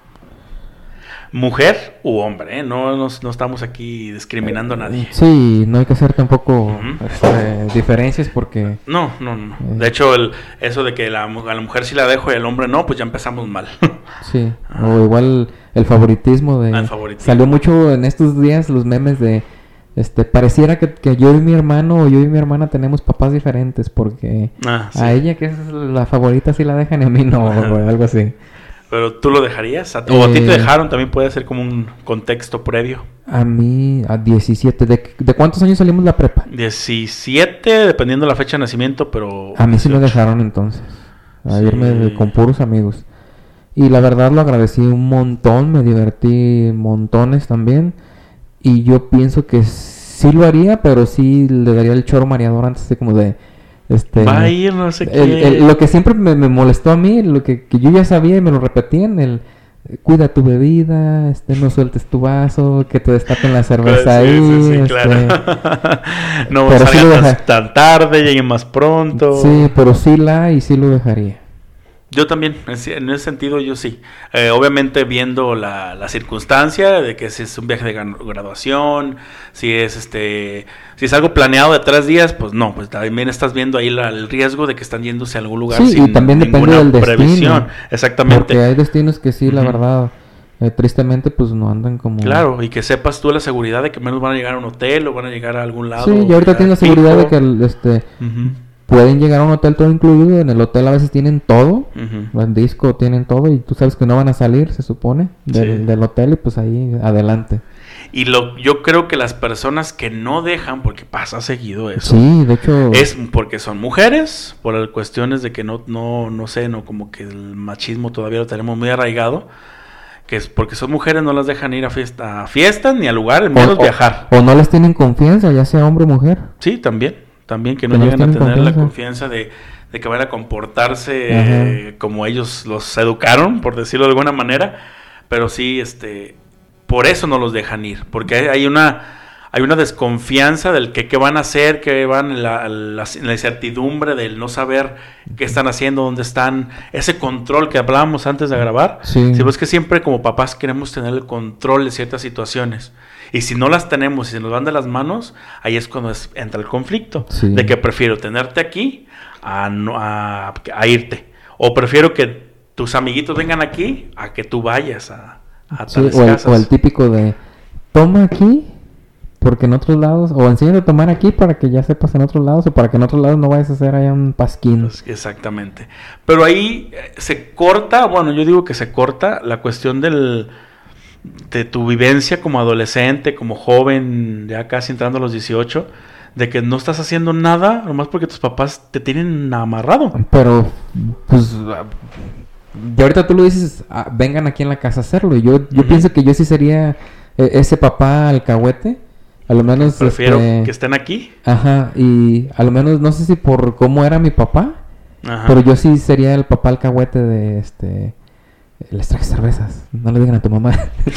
Mujer u hombre, no estamos aquí discriminando a nadie. Sí, no hay que hacer tampoco diferencias porque... No. De hecho, eso de que a la mujer sí la dejo y al hombre no, pues ya empezamos mal. Sí, o igual el favoritismo de... Salió mucho en estos días los memes de... pareciera que yo y mi hermano o yo y mi hermana tenemos papás diferentes porque a ella que es la favorita sí la dejan y a mí no, o algo así. ¿Pero tú lo dejarías? ¿O a ti te dejaron? También puede ser como un contexto previo. A mí, a 17. ¿De cuántos años salimos la prepa? 17, dependiendo de la fecha de nacimiento, pero... A mí 18. Sí me dejaron entonces. A irme con puros amigos. Y la verdad lo agradecí un montón, me divertí montones también. Y yo pienso que sí lo haría, pero sí le daría el choro mareador antes de como de... va a ir, no sé qué. Lo que siempre me molestó a mí, lo que yo ya sabía y me lo repetían, cuida tu bebida, no sueltes tu vaso, que te destapen la cerveza ahí. Sí, claro. No salgas tan tarde, lleguen más pronto. Sí, pero sí lo dejaría. Yo también, en ese sentido yo sí. Obviamente viendo la circunstancia de que si es un viaje de graduación, si es algo planeado de 3 días, pues no, pues también estás viendo ahí el riesgo de que están yéndose a algún lugar Sí, sin y también depende ninguna del destino. previsión. Exactamente. Porque hay destinos que sí, la Ujú. verdad, tristemente, pues no andan como... Claro, y que sepas tú la seguridad de que menos van a llegar a un hotel o van a llegar a algún lado. Sí, y ahorita tienes la seguridad de que Ujú. pueden llegar a un hotel todo incluido. En el hotel a veces tienen todo. Ujú. En disco tienen todo. Y tú sabes que no van a salir, se supone, del, Sí. del hotel. Y pues ahí adelante. Y yo creo que las personas que no dejan, porque pasa seguido eso, Sí, de hecho... es porque son mujeres, por cuestiones de que no sé, no, como que el machismo todavía lo tenemos muy arraigado, que es porque son mujeres, no las dejan ir a fiestas ni a lugares, menos viajar. O no les tienen confianza, ya sea hombre o mujer. Sí, también que no Que no llegan a tienen tener la confianza. confianza de que van a comportarse como ellos los educaron, por decirlo de alguna manera, pero sí, por eso no los dejan ir, porque hay una desconfianza del qué van a hacer, que van en la incertidumbre del no saber qué están haciendo, dónde están, ese control que hablábamos antes de grabar. Sí. Sí, pues que siempre como papás queremos tener el control de ciertas situaciones. Y si no las tenemos y se nos van de las manos, ahí es cuando entra el conflicto. Sí. De que prefiero tenerte aquí a irte. O prefiero que tus amiguitos vengan aquí a que tú vayas a Sí, tales o casas. el típico de... Toma aquí, porque en otros lados... O enséñate a tomar aquí para que ya sepas en otros lados. O para que en otros lados no vayas a hacer allá un pasquín. Pues, exactamente. Pero ahí se corta, bueno, yo digo que se corta la cuestión de tu vivencia como adolescente, como joven, ya casi entrando a los 18, de que no estás haciendo nada, nomás porque tus papás te tienen amarrado. Pero, pues... Y ahorita tú lo dices, vengan aquí en la casa a hacerlo. Y yo pienso que yo sí sería ese papá alcahuete. A lo menos... Prefiero que estén aquí. Ajá, y a lo menos no sé si por cómo era mi papá. Ajá. Pero yo sí sería el papá alcahuete de les traje cervezas. No le digan a tu mamá.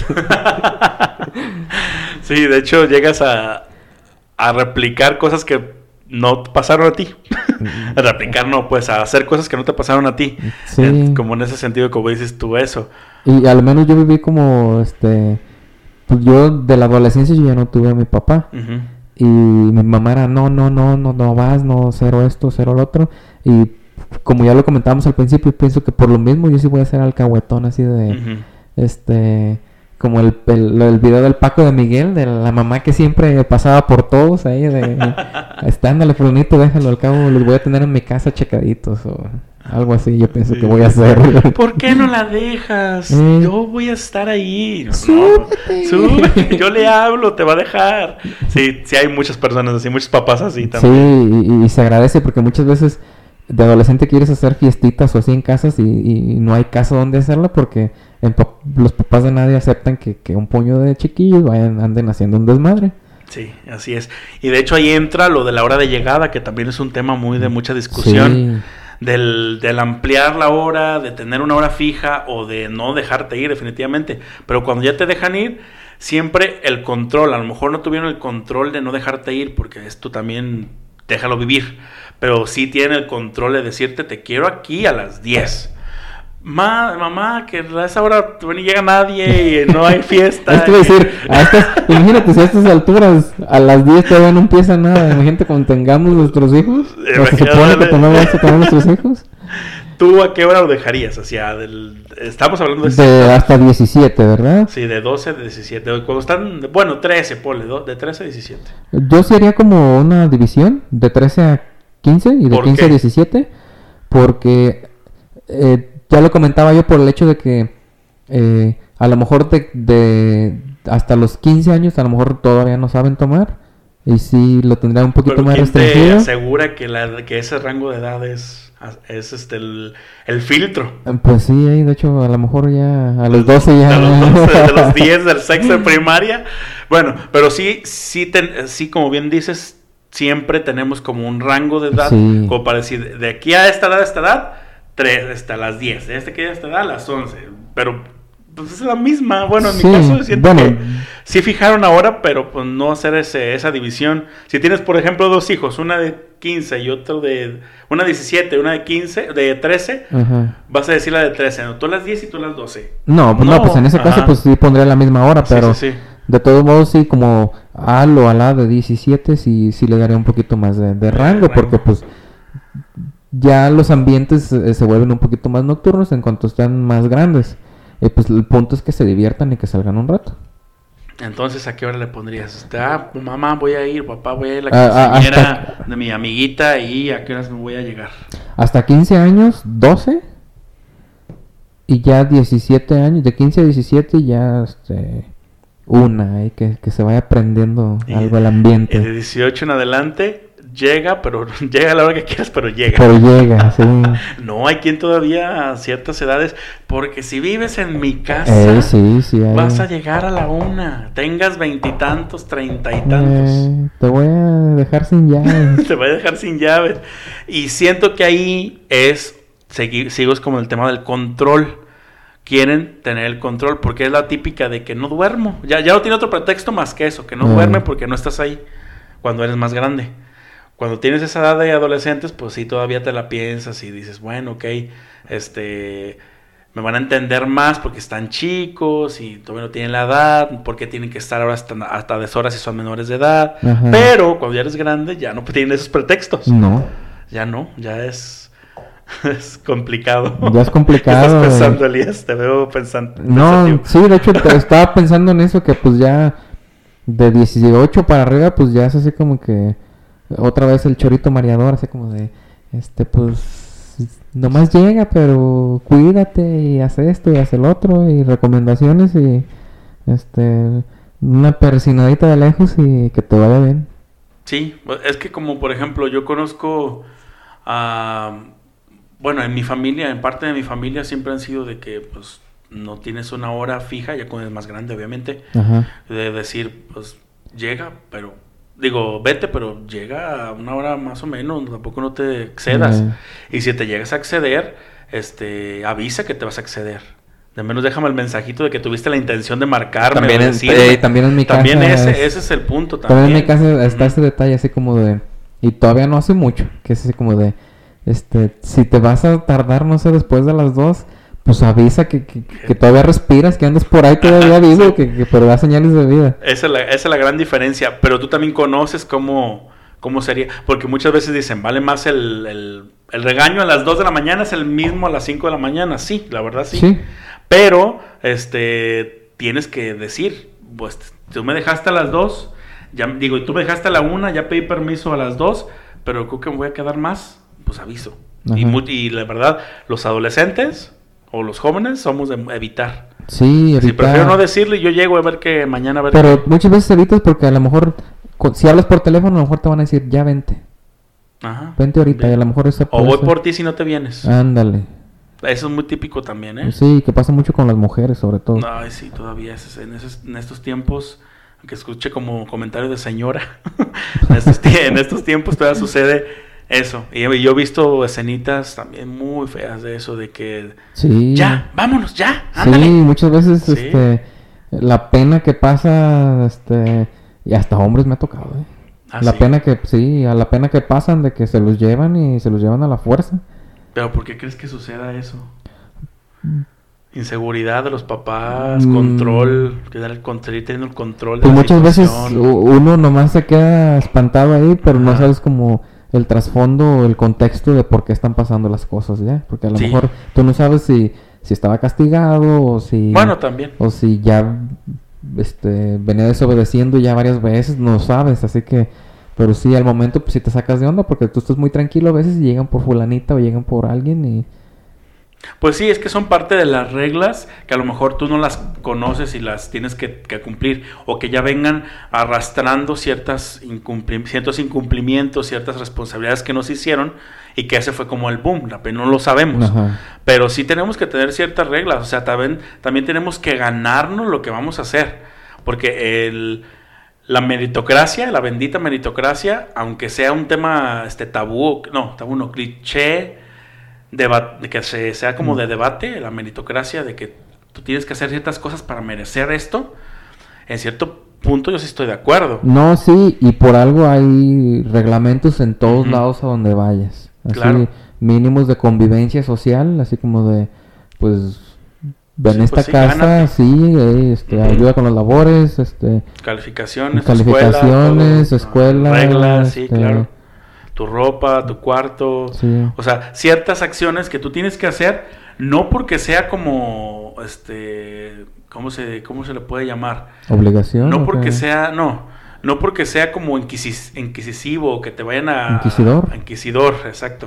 Sí, de hecho llegas a replicar cosas que no pasaron a ti. A replicar no, pues a hacer cosas que no te pasaron a ti. Sí. Como en ese sentido, como dices tú eso. Y a lo menos yo viví como, pues yo de la adolescencia yo ya no tuve a mi papá. Ujú. Y mi mamá era, no vas, no, cero esto, cero lo otro. Y como ya lo comentábamos al principio, pienso que por lo mismo yo sí voy a ser alcahuetón así de, Ujú. como el video del Paco de Miguel, de la mamá que siempre pasaba por todos ahí, ándale, fulanito, déjalo, al cabo los voy a tener en mi casa checaditos, o algo así, yo pienso que voy a hacer. ¿Por qué no la dejas? Yo voy a estar ahí. Súbete. Yo le hablo, te va a dejar. Sí, sí hay muchas personas así, muchos papás así Sí, también. y se agradece porque muchas veces de adolescente quieres hacer fiestitas o así en casas y no hay casa donde hacerla porque los papás de nadie aceptan que un puño de chiquillos anden haciendo un desmadre. Sí, así es. Y de hecho ahí entra lo de la hora de llegada, que también es un tema muy de mucha discusión. Sí. Del ampliar la hora, de tener una hora fija o de no dejarte ir definitivamente. Pero cuando ya te dejan ir, siempre el control, a lo mejor no tuvieron el control de no dejarte ir porque esto también déjalo vivir. Pero sí tienen el control de decirte te quiero aquí a las 10. Mamá, que a esa hora no llega nadie y no hay fiesta. Esto es decir, imagínate si a estas alturas, a las 10 todavía no empieza nada. Imagínate cuando tengamos nuestros hijos. O se supone que vamos a tener nuestros hijos. ¿Tú a qué hora lo dejarías? O sea, estamos hablando de hasta 17, ¿verdad? Sí, de 12 a 17. Cuando están, bueno, 13, ponle, de 13 a 17. Yo sería como una división de 13 a 15 y de 15 a 17. Porque ya lo comentaba yo por el hecho de que a lo mejor de hasta los 15 años a lo mejor todavía no saben tomar. Y sí lo tendrán un poquito más restringido. ¿Quién te asegura que ese rango de edad es el filtro? Pues sí, de hecho a lo mejor ya a los 12 ya... De los 10 del sexo de primaria. Bueno, pero sí, como bien dices, siempre tenemos como un rango de edad, sí. Como para decir, de aquí a esta edad, 3 hasta las 10, de aquí a esta edad, las 11, pero pues es la misma. Bueno, en mi caso siento que sí fijaron ahora, pero pues no hacer esa división. Si tienes, por ejemplo, 2 hijos, una de 15 y otro de... Una 17, una de 15, de 13, Ajá. vas a decir la de 13, ¿no? Tú las 10 y tú las 12. No, pues en ese caso ajá. pues sí pondría la misma hora, Sí, pero sí, sí. de todos modos sí, como al o a la de 17 sí le daría un poquito más de rango, porque pues ya los ambientes se vuelven un poquito más nocturnos en cuanto están más grandes. Pues el punto es que se diviertan y que salgan un rato. Entonces, ¿a qué hora le pondrías? Mamá, voy a ir, papá, voy a ir a la quinceañera de mi amiguita y ¿a qué horas me voy a llegar? Hasta 15 años, 12. Y ya 17 años, de 15 a 17 ya una, que se vaya aprendiendo algo el ambiente. Y de 18 en adelante llega, pero llega a la hora que quieras, pero llega. Pero llega, sí. No, hay quien todavía a ciertas edades, porque si vives en mi casa, sí, vas a llegar a la 1, tengas 20 y tantos, 30 y tantos. Te voy a dejar sin llaves. Te voy a dejar sin llaves. Y siento que ahí sigo como el tema del control. Quieren tener el control, porque es la típica de que no duermo. Ya no tiene otro pretexto más que eso, que no duerme porque no estás ahí cuando eres más grande. Cuando tienes esa edad de adolescentes, pues sí, todavía te la piensas y dices, bueno, ok, me van a entender más porque están chicos y todavía no tienen la edad, porque tienen que estar ahora hasta deshoras si son menores de edad. Ajá. Pero cuando ya eres grande, ya no tienen esos pretextos. No. Ya es complicado. Ya es complicado. ¿Qué estás pensando, Elías? Te veo pensando. No, sí, de hecho estaba pensando en eso, que pues ya de 18 para arriba, pues ya es así como que otra vez el chorito mareador, así como de, pues, nomás llega, pero cuídate y haz esto y haz el otro y recomendaciones y, una persinadita de lejos y que te vaya bien. Sí, es que como por ejemplo yo conozco bueno, en mi familia, en parte de mi familia siempre han sido de que, pues, no tienes una hora fija, ya cuando eres más grande, obviamente, ajá, de decir, pues, llega, pero... vete, pero llega a una hora más o menos, tampoco no te excedas. Y si te llegas a exceder, avisa que te vas a exceder. De menos déjame el mensajito de que tuviste la intención de marcarme. También en mi casa. También ese es el punto. También en mi casa está ese detalle así como de... Y todavía no hace mucho, que es así como de... si te vas a tardar, no sé, después de las 2... Pues avisa que todavía respiras, que andas por ahí todavía vivo, que pero da señales de vida. Esa es la gran diferencia. Pero tú también conoces cómo sería. Porque muchas veces dicen, vale más el regaño a las 2 de la mañana es el mismo a las 5 de la mañana. Sí, la verdad sí. Pero tienes que decir, pues tú me dejaste a las 2, y tú me dejaste a la 1, ya pedí permiso a las 2, pero creo que me voy a quedar más, pues aviso. Y la verdad, los adolescentes... o los jóvenes somos de evitar. Sí, evitar. Si prefiero no decirle, yo llego a ver que mañana... Pero muchas veces evitas porque a lo mejor, si hablas por teléfono, a lo mejor te van a decir, ya vente. Ajá. Vente ahorita, y a lo mejor eso... O voy por ti si no te vienes. Ándale. Eso es muy típico también, ¿eh? Sí, que pasa mucho con las mujeres, sobre todo. Ay, sí, todavía en estos tiempos, aunque escuche como comentario de señora, en estos tiempos todavía sucede... eso, y yo he visto escenitas también muy feas de eso, de que... Sí. Ya, vámonos, ya, ándale. Sí, muchas veces, la pena que pasa, y hasta hombres me ha tocado, la pena a la pena que pasan de que se los llevan y se los llevan a la fuerza. Pero ¿por qué crees que suceda eso? Inseguridad de los papás, control, teniendo el control de pues la muchas situación. Veces uno nomás se queda espantado ahí, pero no sabes como... el trasfondo o el contexto de por qué están pasando las cosas, ¿ya? Porque a lo mejor tú no sabes si estaba castigado o si... Bueno, también. O si ya venía desobedeciendo ya varias veces, no sabes, así que... Pero sí, al momento pues sí te sacas de onda porque tú estás muy tranquilo a veces y llegan por fulanita o llegan por alguien y... Pues sí, es que son parte de las reglas que a lo mejor tú no las conoces y las tienes que cumplir, o que ya vengan arrastrando ciertos incumplimientos, ciertas responsabilidades que nos hicieron y que ese fue como el boom, no lo sabemos. Ajá. Pero sí tenemos que tener ciertas reglas, o sea, también tenemos que ganarnos lo que vamos a hacer, porque la meritocracia, la bendita meritocracia, aunque sea un tema cliché, de que sea como de debate, la meritocracia, de que tú tienes que hacer ciertas cosas para merecer esto, en cierto punto yo sí estoy de acuerdo. No, sí, y por algo hay reglamentos en todos Ujú. lados a donde vayas. Así, Claro. mínimos de convivencia social, así como de, pues, ven Sí, a esta pues sí, casa, gánate. sí, Ujú. ayuda con las labores, Calificaciones, calificaciones, escuela, escuela, reglas, sí, claro. Tu ropa, tu cuarto. sí, O sea, ciertas acciones que tú tienes que hacer, no porque sea como, ¿cómo se le puede llamar? obligación, No ¿o porque qué? sea, no porque sea como inquisitivo, que te vayan Inquisidor. a inquisidor, exacto.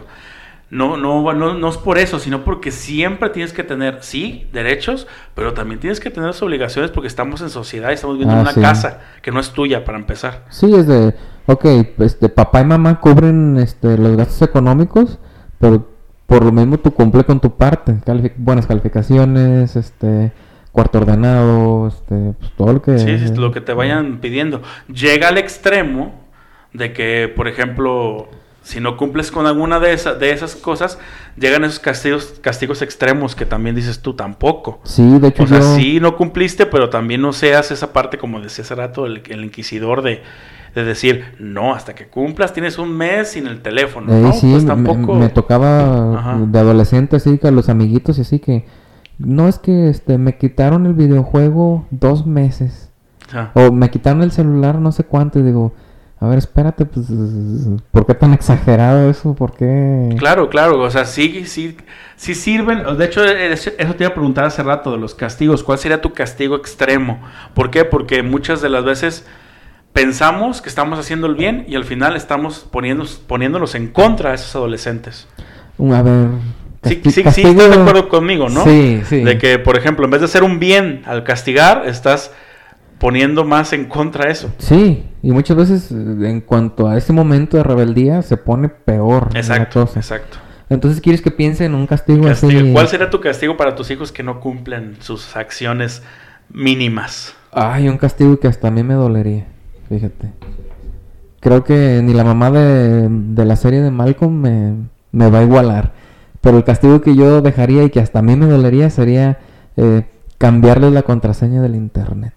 No es por eso, sino porque siempre tienes que tener, sí, derechos, pero también tienes que tener las obligaciones porque estamos en sociedad y estamos viviendo en una Sí. casa que no es tuya para empezar. Sí, es de, ok, papá y mamá cubren, los gastos económicos, pero por lo mismo tú cumple con tu parte, buenas calificaciones, cuarto ordenado, pues todo lo que... Sí, sí, lo que te vayan pidiendo. Llega al extremo de que, por ejemplo, si no cumples con alguna de esas cosas, llegan esos castigos extremos que también dices tú tampoco. Sí, de hecho O sea, yo... sí no cumpliste, pero también no seas esa parte, como decía hace rato, el inquisidor de decir, no, hasta que cumplas tienes un mes sin el teléfono. No, sí, pues tampoco. me tocaba Ajá. de adolescente así que a los amiguitos y así que... No, es que me quitaron el videojuego 2 meses. Ajá. O me quitaron el celular no sé cuánto y digo... A ver, espérate, pues... ¿Por qué tan exagerado eso? ¿Por qué...? Claro, o sea, sí sirven. De hecho, eso te iba a preguntar hace rato de los castigos. ¿Cuál sería tu castigo extremo? ¿Por qué? Porque muchas de las veces pensamos que estamos haciendo el bien y al final estamos poniéndolos en contra de esos adolescentes. A ver... Sí, estás de acuerdo conmigo, ¿no? Sí, sí. De que, por ejemplo, en vez de hacer un bien al castigar, estás poniendo más en contra eso. Sí, y muchas veces en cuanto a ese momento de rebeldía se pone peor. Exacto, la cosa. exacto. Entonces quieres que piense en un castigo así. ¿Cuál sería tu castigo para tus hijos que no cumplen sus acciones mínimas? Ay, un castigo que hasta a mí me dolería, fíjate. Creo que ni la mamá de la serie de Malcolm me va a igualar. Pero el castigo que yo dejaría y que hasta a mí me dolería sería cambiarles la contraseña del internet.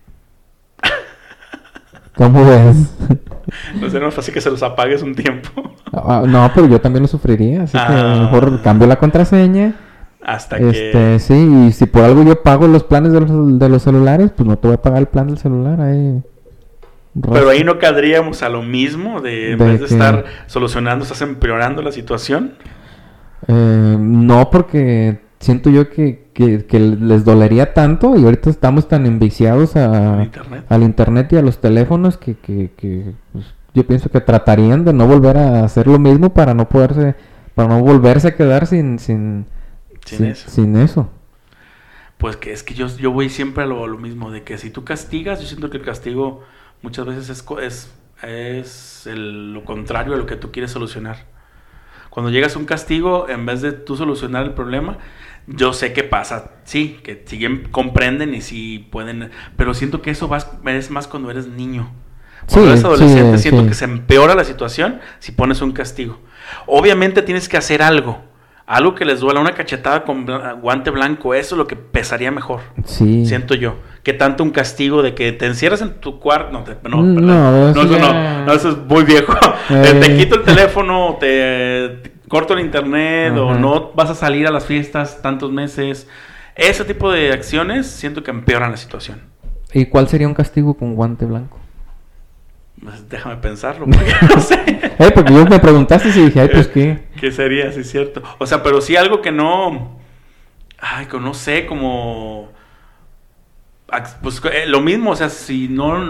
¿Cómo ves? No sé, no es fácil que se los apagues un tiempo. No, pero yo también lo sufriría. Así que a lo mejor cambio la contraseña. Hasta que... Sí, y si por algo yo pago los planes de los celulares, pues no te voy a pagar el plan del celular. Pero ahí no caeríamos a lo mismo en vez de estar solucionando, estás empeorando la situación. No, porque siento yo que les dolería tanto y ahorita estamos tan enviciados al internet y a los teléfonos que pues, yo pienso que tratarían de no volver a hacer lo mismo para no volverse a quedar sin eso. Pues que es que yo voy siempre a lo mismo, de que si tú castigas, yo siento que el castigo muchas veces es lo contrario a lo que tú quieres solucionar. Cuando llegas a un castigo, en vez de tú solucionar el problema, yo sé qué pasa, sí, que siguen comprenden y sí pueden, pero siento que eso es más cuando eres niño. Cuando eres adolescente, siento que se empeora la situación si pones un castigo. Obviamente tienes que hacer algo que les duela, una cachetada con guante blanco, eso es lo que pesaría mejor. Sí. Siento yo. Que tanto un castigo de que te encierras en tu cuarto. No, eso es muy viejo. Te quito el teléfono, te corto el internet, o no vas a salir a las fiestas tantos meses. Ese tipo de acciones siento que empeoran la situación. ¿Y cuál sería un castigo con guante blanco? Pues déjame pensarlo, porque no sé. Porque yo me preguntaste y dije, ay, pues qué. ¿Qué sería? Sí, es cierto. O sea, pero sí algo que no... Ay, que no sé, como... Pues lo mismo, o sea, si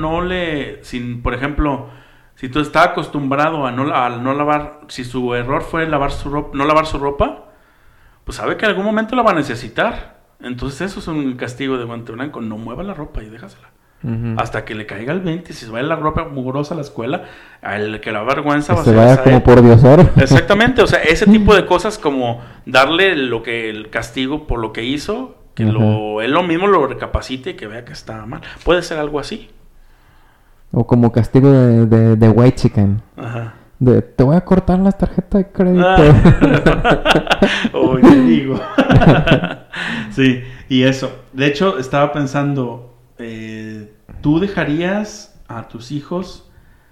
por ejemplo, si tú estás acostumbrado a no lavar, si su error fue no lavar su ropa, pues sabe que en algún momento la va a necesitar. Entonces eso es un castigo de guante blanco. No mueva la ropa y déjasela. Hasta que le caiga el 20, si se va la ropa mugrosa a la escuela, al que la vergüenza va a ser. Se vaya como por Diosor. Exactamente, o sea, ese tipo de cosas como darle el castigo por lo que hizo, que él lo mismo lo recapacite y que vea que está mal. Puede ser algo así. O como castigo de white chicken. Ajá. Te voy a cortar las tarjetas de crédito. Hoy te digo. Sí, y eso. De hecho, estaba pensando, ¿tú dejarías a tus hijos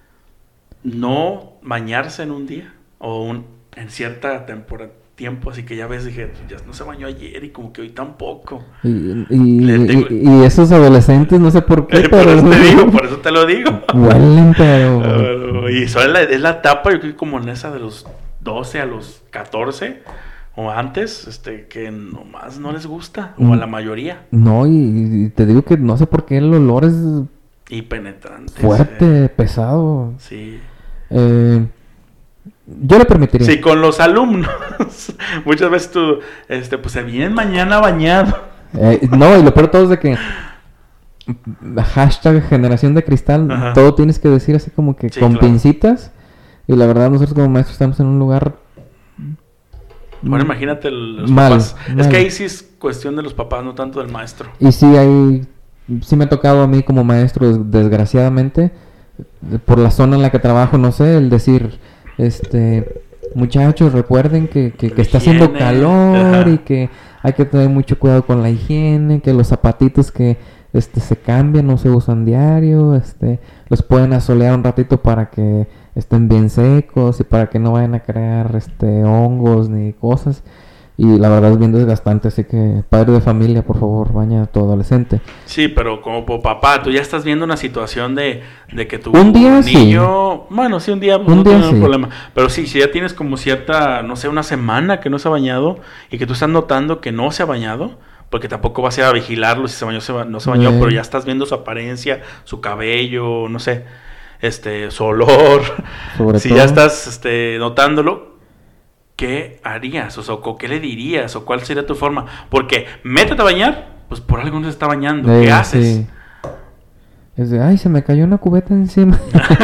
no bañarse en un día? O en cierta temporada, tiempo, así que ya ves, dije, ya no se bañó ayer y como que hoy tampoco. Y esos adolescentes, no sé por qué, pero... Por eso te lo digo. Huelen, pero... Y eso es la etapa, yo creo que como en esa de los 12 a los 14 o antes, que nomás no les gusta, o a la mayoría. No, y te digo que no sé por qué el olor es... Y penetrante. Fuerte, pesado. Sí. Yo le permitiría. Sí, con los alumnos. Muchas veces tú, pues se vienen mañana bañado. No, y lo peor de todo es de que hashtag generación de cristal, ajá, todo tienes que decir así como que sí, con claro, pincitas. Y la verdad nosotros como maestros estamos en un lugar... Bueno, imagínate los mal, papás. mal. Es que ahí sí es cuestión de los papás, no tanto del maestro. Y sí me ha tocado a mí como maestro, desgraciadamente, por la zona en la que trabajo, no sé, el decir, muchachos, recuerden que está haciendo calor, ajá, y que hay que tener mucho cuidado con la higiene, que los zapatitos que se cambian, no se usan diario, los pueden asolear un ratito para que estén bien secos y para que no vayan a crear hongos ni cosas. Y la verdad es bien desgastante, así que padre de familia, por favor, baña a tu adolescente. Sí, pero como papá, tú ya estás viendo una situación de que tu un día niño... Sí. Bueno, sí, un día pues, no tiene un problema. Pero sí, si ya tienes como cierta, no sé, una semana que no se ha bañado y que tú estás notando que no se ha bañado, porque tampoco vas a ir a vigilarlo si se bañó no se bañó, pero ya estás viendo su apariencia, su cabello, no sé, su olor. Sobre si todo, ya estás notándolo, ¿qué harías? O sea, ¿qué le dirías? ¿O cuál sería tu forma? Porque métete a bañar, pues por algo no se está bañando. ¿Qué haces? Sí. Es de, ay, se me cayó una cubeta encima.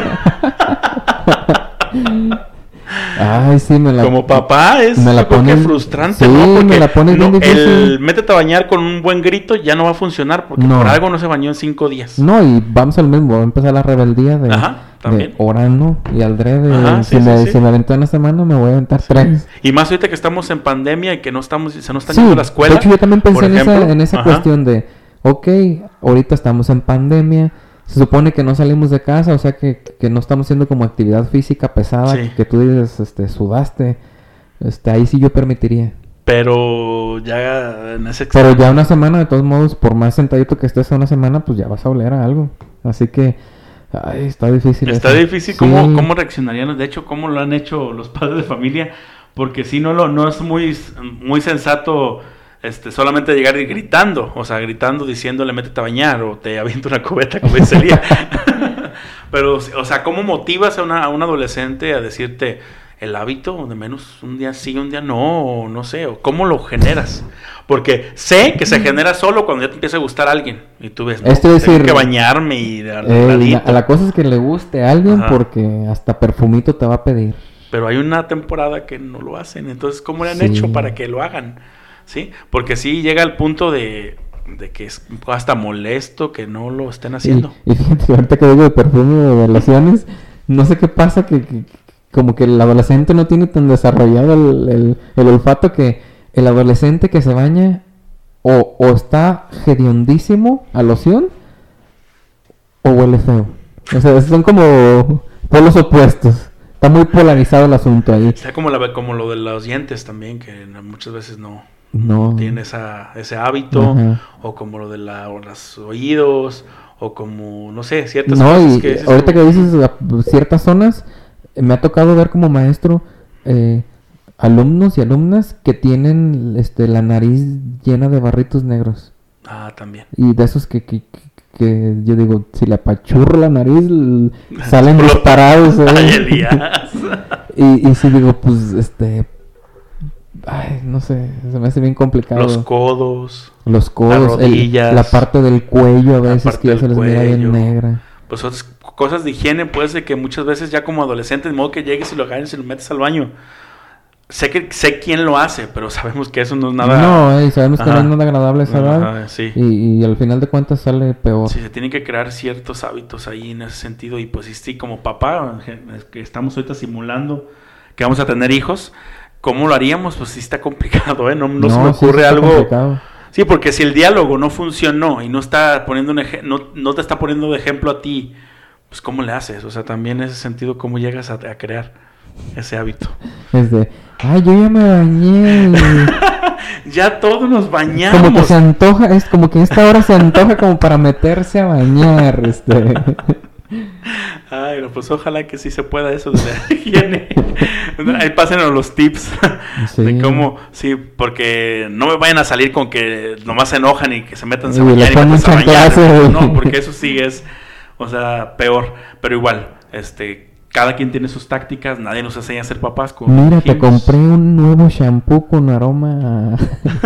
Ay, sí, como papá es frustrante, sí, ¿no? Porque me la pones bien difícil. El métete a bañar con un buen grito ya no va a funcionar porque por algo no se bañó en 5 días. No, y vamos al mismo, va a empezar la rebeldía de... Ajá, también. De ahora no, y al drede, ajá, si me aventó una semana me voy a aventar 3. Y más ahorita que estamos en pandemia y que se nos están yendo a la escuela. De hecho, yo también pensé en esa cuestión de, ok, ahorita estamos en pandemia, se supone que no salimos de casa, o sea que no estamos haciendo como actividad física pesada, que tú dices, sudaste, ahí sí yo permitiría. Pero ya en ese Pero ya una semana, de todos modos, por más sentadito que estés una semana, pues ya vas a oler a algo. Así que, ay, está difícil. Está difícil. Sí. ¿Cómo reaccionarían? De hecho, ¿cómo lo han hecho los padres de familia? Porque si no es muy sensato... solamente llegar y gritando, o sea, diciéndole métete a bañar o te aviento una cubeta, como dice Elías. Pero, o sea, ¿cómo motivas a un adolescente a decirte el hábito de menos un día sí, un día no, o no sé, o cómo lo generas? Porque sé que se genera solo cuando ya te empieza a gustar a alguien y tú ves, no, tengo que bañarme y la cosa es que le guste a alguien, ajá, porque hasta perfumito te va a pedir. Pero hay una temporada que no lo hacen, entonces ¿cómo le han hecho para que lo hagan? ¿Sí? Porque sí llega al punto de que es hasta molesto que no lo estén haciendo. Y fíjate, ahorita que digo de perfume de relaciones, no sé qué pasa, que como que el adolescente no tiene tan desarrollado el olfato, que el adolescente que se baña o está hediondísimo a loción o huele feo. O sea, son como polos opuestos. Está muy polarizado el asunto ahí. Está como lo de los dientes también, que muchas veces no tiene ese hábito, ajá, o como lo de los oídos, o como, no sé, ciertas cosas que... ahorita que dices ciertas zonas, me ha tocado ver como maestro alumnos y alumnas que tienen la nariz llena de barritos negros. Ah, también. Y de esos que yo digo, si le apachurro la nariz, salen disparados. Ay, Elías. y si digo, pues, ay, no sé, se me hace bien complicado. Los codos, las rodillas, la parte del cuello a veces que ya se les mira bien negra. Pues otras cosas de higiene, pues, de que muchas veces ya como adolescente, de modo que llegues y lo agarres y lo metes al baño. Sé quién lo hace, pero sabemos que eso no es nada... No, sabemos que no es nada agradable esa edad. Ajá, sí. Y al final de cuentas sale peor. Sí, se tienen que crear ciertos hábitos ahí en ese sentido. Y pues sí, como papá, que estamos ahorita simulando que vamos a tener hijos, ¿cómo lo haríamos? Pues sí está complicado, ¿eh? No se me ocurre algo... Complicado. Sí, porque si el diálogo no funcionó y no está poniendo no te está poniendo de ejemplo a ti, pues ¿cómo le haces? O sea, también en ese sentido, ¿cómo llegas a crear ese hábito? Es de, ay, yo ya me bañé. Ya todos nos bañamos. Como que se antoja, es como que en esta hora se antoja como para meterse a bañar, Ay, pues ojalá que sí se pueda eso de la higiene. Ahí pásenos los tips de cómo, sí, porque no me vayan a salir con que nomás se enojan y que se metan a bañar y metan a bañar. No, porque eso sí es, o sea, peor. Pero igual, cada quien tiene sus tácticas, nadie nos enseña a ser papás. Mira, te compré un nuevo shampoo con aroma.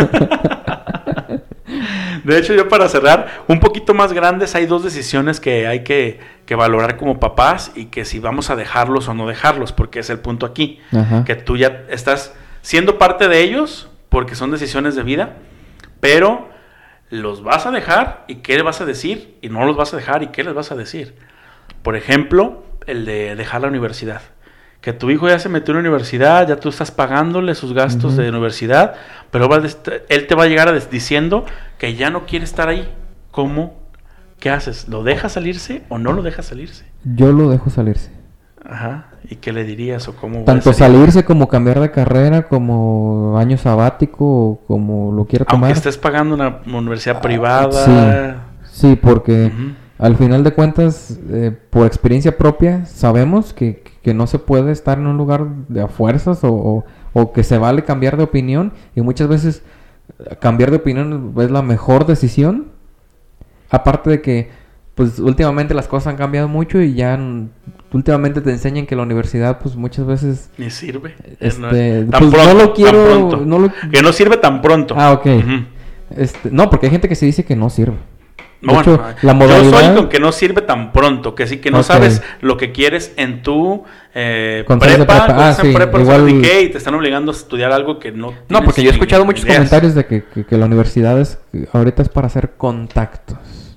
De hecho, yo para cerrar, un poquito más grandes, hay 2 decisiones que hay que valorar como papás y que si vamos a dejarlos o no dejarlos, porque es el punto aquí. Ajá. Que tú ya estás siendo parte de ellos, porque son decisiones de vida, pero los vas a dejar y qué les vas a decir, y no los vas a dejar y qué les vas a decir. Por ejemplo, el de dejar la universidad. Que tu hijo ya se metió en la universidad, ya tú estás pagándole sus gastos de universidad, pero él te va a llegar diciendo que ya no quiere estar ahí. ¿Cómo? ¿Qué haces? ¿Lo dejas salirse o no lo dejas salirse? Yo lo dejo salirse. Ajá. ¿Y qué le dirías o cómo? Tanto salirse como cambiar de carrera, como año sabático, o como lo quiera tomar. Aunque estés pagando una universidad privada. Sí, porque al final de cuentas, por experiencia propia, sabemos que no se puede estar en un lugar de a fuerzas o que se vale cambiar de opinión, y muchas veces cambiar de opinión es la mejor decisión. Aparte de que pues últimamente las cosas han cambiado mucho y ya últimamente te enseñan que la universidad pues muchas veces ni sirve. Pues no lo quiero, que no sirve tan pronto. Ah, ok. No, porque hay gente que se dice que no sirve. No, bueno, hecho, la modalidad... Yo soy con que no sirve tan pronto, que sí, que no sabes lo que quieres en tu prepa, igual... y te están obligando a estudiar algo que no. No, porque yo he escuchado muchos comentarios de que la universidad ahorita es para hacer contactos.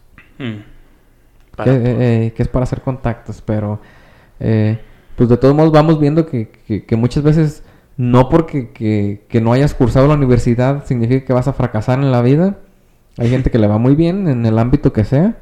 Que es para hacer contactos, pero pues de todos modos vamos viendo que muchas veces no porque que no hayas cursado la universidad significa que vas a fracasar en la vida. Hay gente que le va muy bien en el ámbito que sea.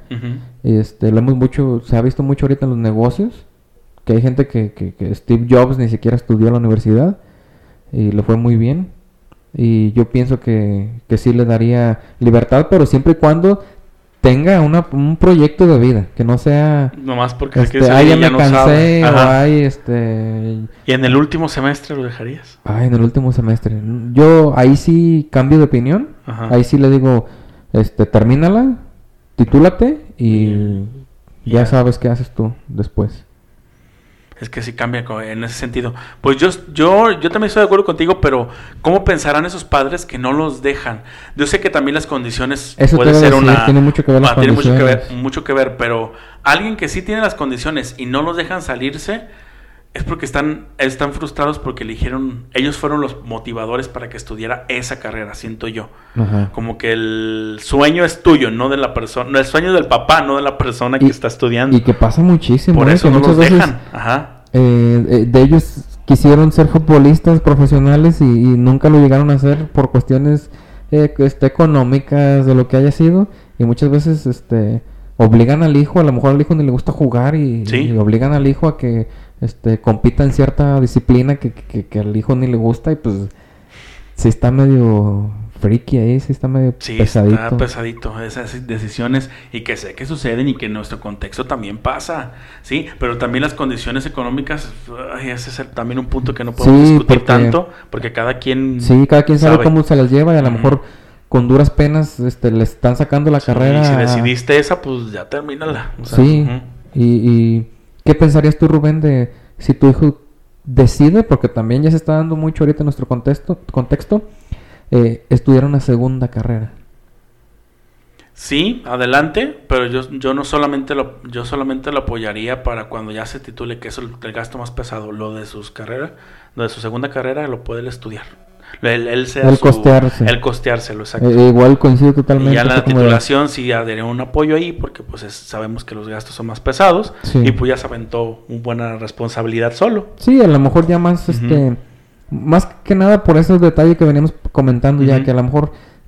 Se ha visto mucho ahorita en los negocios, que hay gente que Steve Jobs ni siquiera estudió en la universidad y le fue muy bien. Y yo pienso que sí le daría libertad, pero siempre y cuando tenga un proyecto de vida, que no sea nomás porque ya me cansé o hay ¿Y en el último semestre lo dejarías? En el último semestre yo ahí sí cambio de opinión. Ahí sí le digo, termínala, titúlate y ya sabes qué haces tú después. Es que sí cambia en ese sentido. Pues yo también estoy de acuerdo contigo, pero ¿cómo pensarán esos padres que no los dejan? Yo sé que también las condiciones puede ser tiene mucho que ver las condiciones. Tiene mucho que ver, pero alguien que sí tiene las condiciones y no los dejan salirse es porque están frustrados porque ellos fueron los motivadores para que estudiara esa carrera, siento yo. Ajá. Como que el sueño es tuyo, no de la persona, el sueño del papá, no de la persona que está estudiando. Y que pasa muchísimo. Por eso no los dejan. Ajá. De ellos quisieron ser futbolistas profesionales y nunca lo llegaron a hacer por cuestiones económicas, de lo que haya sido, y muchas veces obligan al hijo, a lo mejor al hijo ni le gusta jugar y obligan al hijo a que compita en cierta disciplina que al hijo ni le gusta, y pues sí está medio friki ahí, sí está medio pesadito. Sí, está pesadito esas decisiones, y que sé que suceden y que en nuestro contexto también pasa, sí, pero también las condiciones económicas, ese es también un punto que no podemos discutir tanto, porque cada quien sabe cómo se las lleva, y a lo mejor con duras penas le están sacando la carrera. Y si decidiste esa, pues ya termínala. O sea, sí, y ¿qué pensarías tú, Rubén, de si tu hijo decide, porque también ya se está dando mucho ahorita en nuestro contexto, estudiar una segunda carrera? Sí, adelante, pero yo solamente lo apoyaría para cuando ya se titule, que es el gasto más pesado, lo de su segunda carrera lo puede estudiar. El costeárselo, exacto. Igual coincido totalmente. Y ya la titulación sí daría un apoyo ahí, porque pues sabemos que los gastos son más pesados, y pues ya se aventó una buena responsabilidad solo. Sí, a lo mejor ya más, más que nada por esos detalles que veníamos comentando, ya que a lo mejor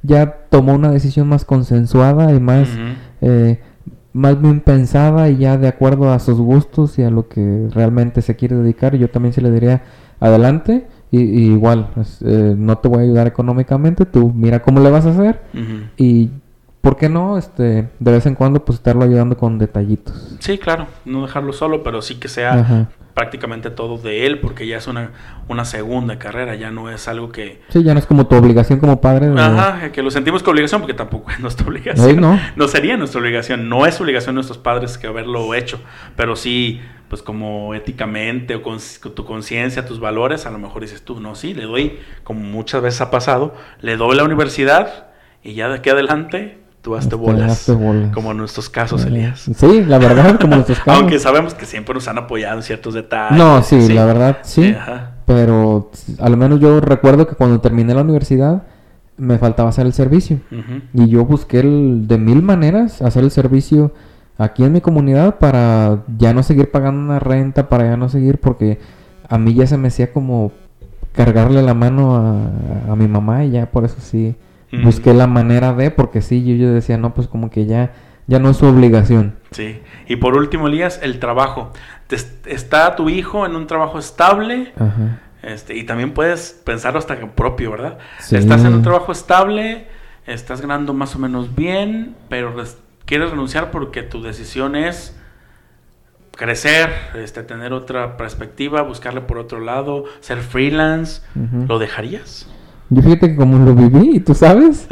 ya tomó una decisión más consensuada y más, más bien pensada y ya de acuerdo a sus gustos y a lo que realmente se quiere dedicar. Yo también se le diría, adelante, y igual, no te voy a ayudar económicamente, tú mira cómo le vas a hacer, y ¿por qué no? De vez en cuando, pues estarlo ayudando con detallitos. Sí, claro, no dejarlo solo, pero sí que sea prácticamente todo de él, porque ya es una segunda carrera, ya no es algo que... Sí, ya no es como tu obligación como padre. Que lo sentimos como obligación, porque tampoco es nuestra obligación. No. No sería nuestra obligación, no es obligación de nuestros padres que haberlo hecho, pero sí, pues como éticamente o con tu conciencia, tus valores, a lo mejor dices tú, no, sí, le doy, como muchas veces ha pasado, le doy la universidad y ya de aquí adelante... Tú hazte bolas, como en nuestros casos, Elías. Sí, la verdad, como en nuestros casos. Aunque sabemos que siempre nos han apoyado en ciertos detalles. No, sí, la verdad, sí. Pero al menos yo recuerdo que cuando terminé la universidad me faltaba hacer el servicio. Y yo busqué de 1000 maneras hacer el servicio aquí en mi comunidad para ya no seguir pagando una renta, para ya no seguir, porque a mí ya se me hacía como cargarle la mano a mi mamá y ya por eso sí... Busqué la manera porque sí, yo decía, no, pues como que ya no es su obligación. Sí, y por último, Elías, el trabajo. ¿Está tu hijo en un trabajo estable? Y también puedes pensarlo hasta en propio, ¿verdad? Sí. Estás en un trabajo estable, estás ganando más o menos bien, pero quieres renunciar porque tu decisión es crecer, tener otra perspectiva, buscarle por otro lado, ser freelance. ¿Lo dejarías? Yo fíjate que como lo viví, y tú sabes,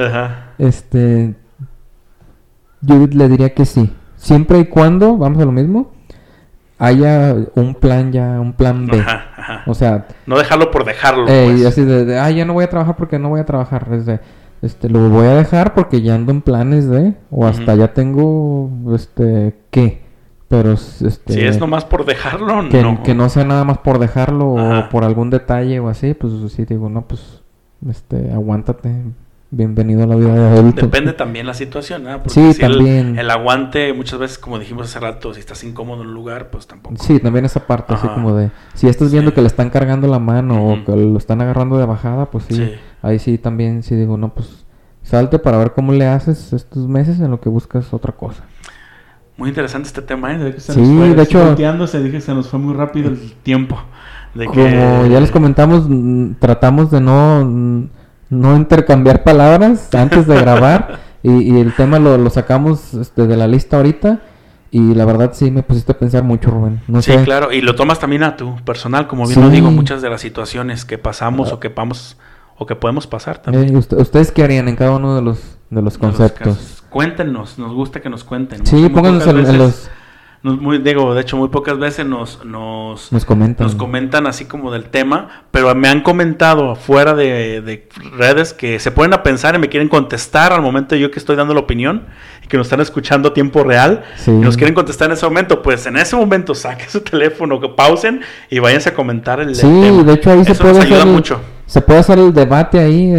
yo le diría que sí. Siempre y cuando, vamos a lo mismo, haya un plan B. O sea... No dejarlo por dejarlo, pues. Así ya no voy a trabajar porque no voy a trabajar. Lo voy a dejar porque ya ando en planes de... O hasta ya tengo, ¿qué? Pero, si es nomás por dejarlo, no. Que no sea nada más por dejarlo o por algún detalle o así, pues sí digo, no, pues... aguántate, bienvenido a la vida de adulto. Depende también la situación, ¿no? Porque sí, si también. El aguante, muchas veces, como dijimos hace rato, si estás incómodo en un lugar, pues tampoco. Sí, también esa parte, así como de, si estás viendo que le están cargando la mano o que lo están agarrando de bajada, pues sí, ahí sí también, sí digo, no, pues salte para ver cómo le haces estos meses en lo que buscas otra cosa. Muy interesante este tema, ¿eh? De hecho, se nos fue muy rápido el tiempo. Como ya les comentamos, tratamos de no intercambiar palabras antes de grabar y el tema lo sacamos de la lista ahorita y la verdad sí me pusiste a pensar mucho, Rubén. No sé. Claro, y lo tomas también a tu personal, como bien lo digo, muchas de las situaciones que pasamos o que podemos pasar también. ¿Ustedes qué harían en cada uno de los conceptos? Cuéntenos, nos gusta que nos cuenten. Sí, pónganos en los... de hecho, muy pocas veces nos comentan así como del tema, pero me han comentado fuera de redes que se ponen a pensar y me quieren contestar al momento yo que estoy dando la opinión y que nos están escuchando a tiempo real y nos quieren contestar en ese momento. Pues en ese momento saquen su teléfono, que pausen y váyanse a comentar el tema. De hecho ahí eso nos ayuda mucho. Se puede hacer el debate ahí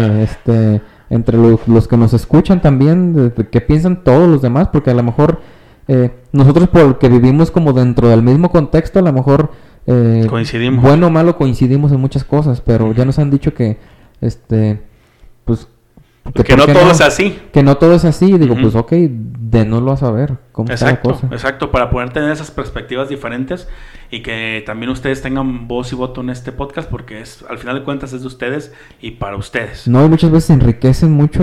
entre los que nos escuchan también, de qué piensan todos los demás, porque a lo mejor nosotros porque vivimos como dentro del mismo contexto, a lo mejor coincidimos. Bueno o malo coincidimos en muchas cosas, pero ya nos han dicho que pues que no todo es así. Que no todo es así, digo, pues ok, denoslo a saber cómo está la cosa. Exacto, para poder tener esas perspectivas diferentes y que también ustedes tengan voz y voto en este podcast, porque al final de cuentas es de ustedes y para ustedes. No, y muchas veces enriquecen mucho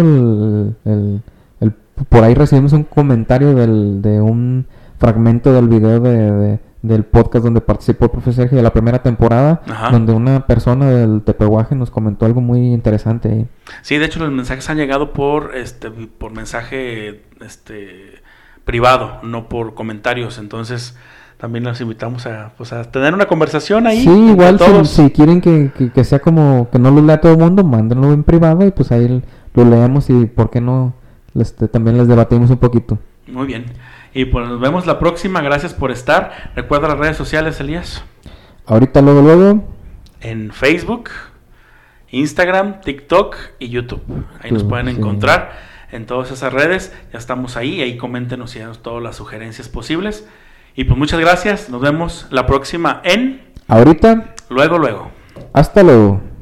por ahí recibimos un comentario de un fragmento del video del podcast donde participó el profesor Sergio de la primera temporada, donde una persona del Tepehuaje nos comentó algo muy interesante ahí. Sí, de hecho los mensajes han llegado por mensaje privado, no por comentarios, entonces también los invitamos a tener una conversación ahí. Sí, igual si quieren que sea como que no lo lea todo el mundo, mándenlo en privado y pues ahí lo leemos y por qué no también les debatimos un poquito. Muy bien. Y pues nos vemos la próxima. Gracias por estar. Recuerda las redes sociales, Elías. Ahorita luego. En Facebook, Instagram, TikTok y YouTube. Ahí nos pueden encontrar en todas esas redes. Ya estamos ahí. Ahí coméntenos y danos todas las sugerencias posibles. Y pues muchas gracias. Nos vemos la próxima en... Ahorita. Luego. Hasta luego.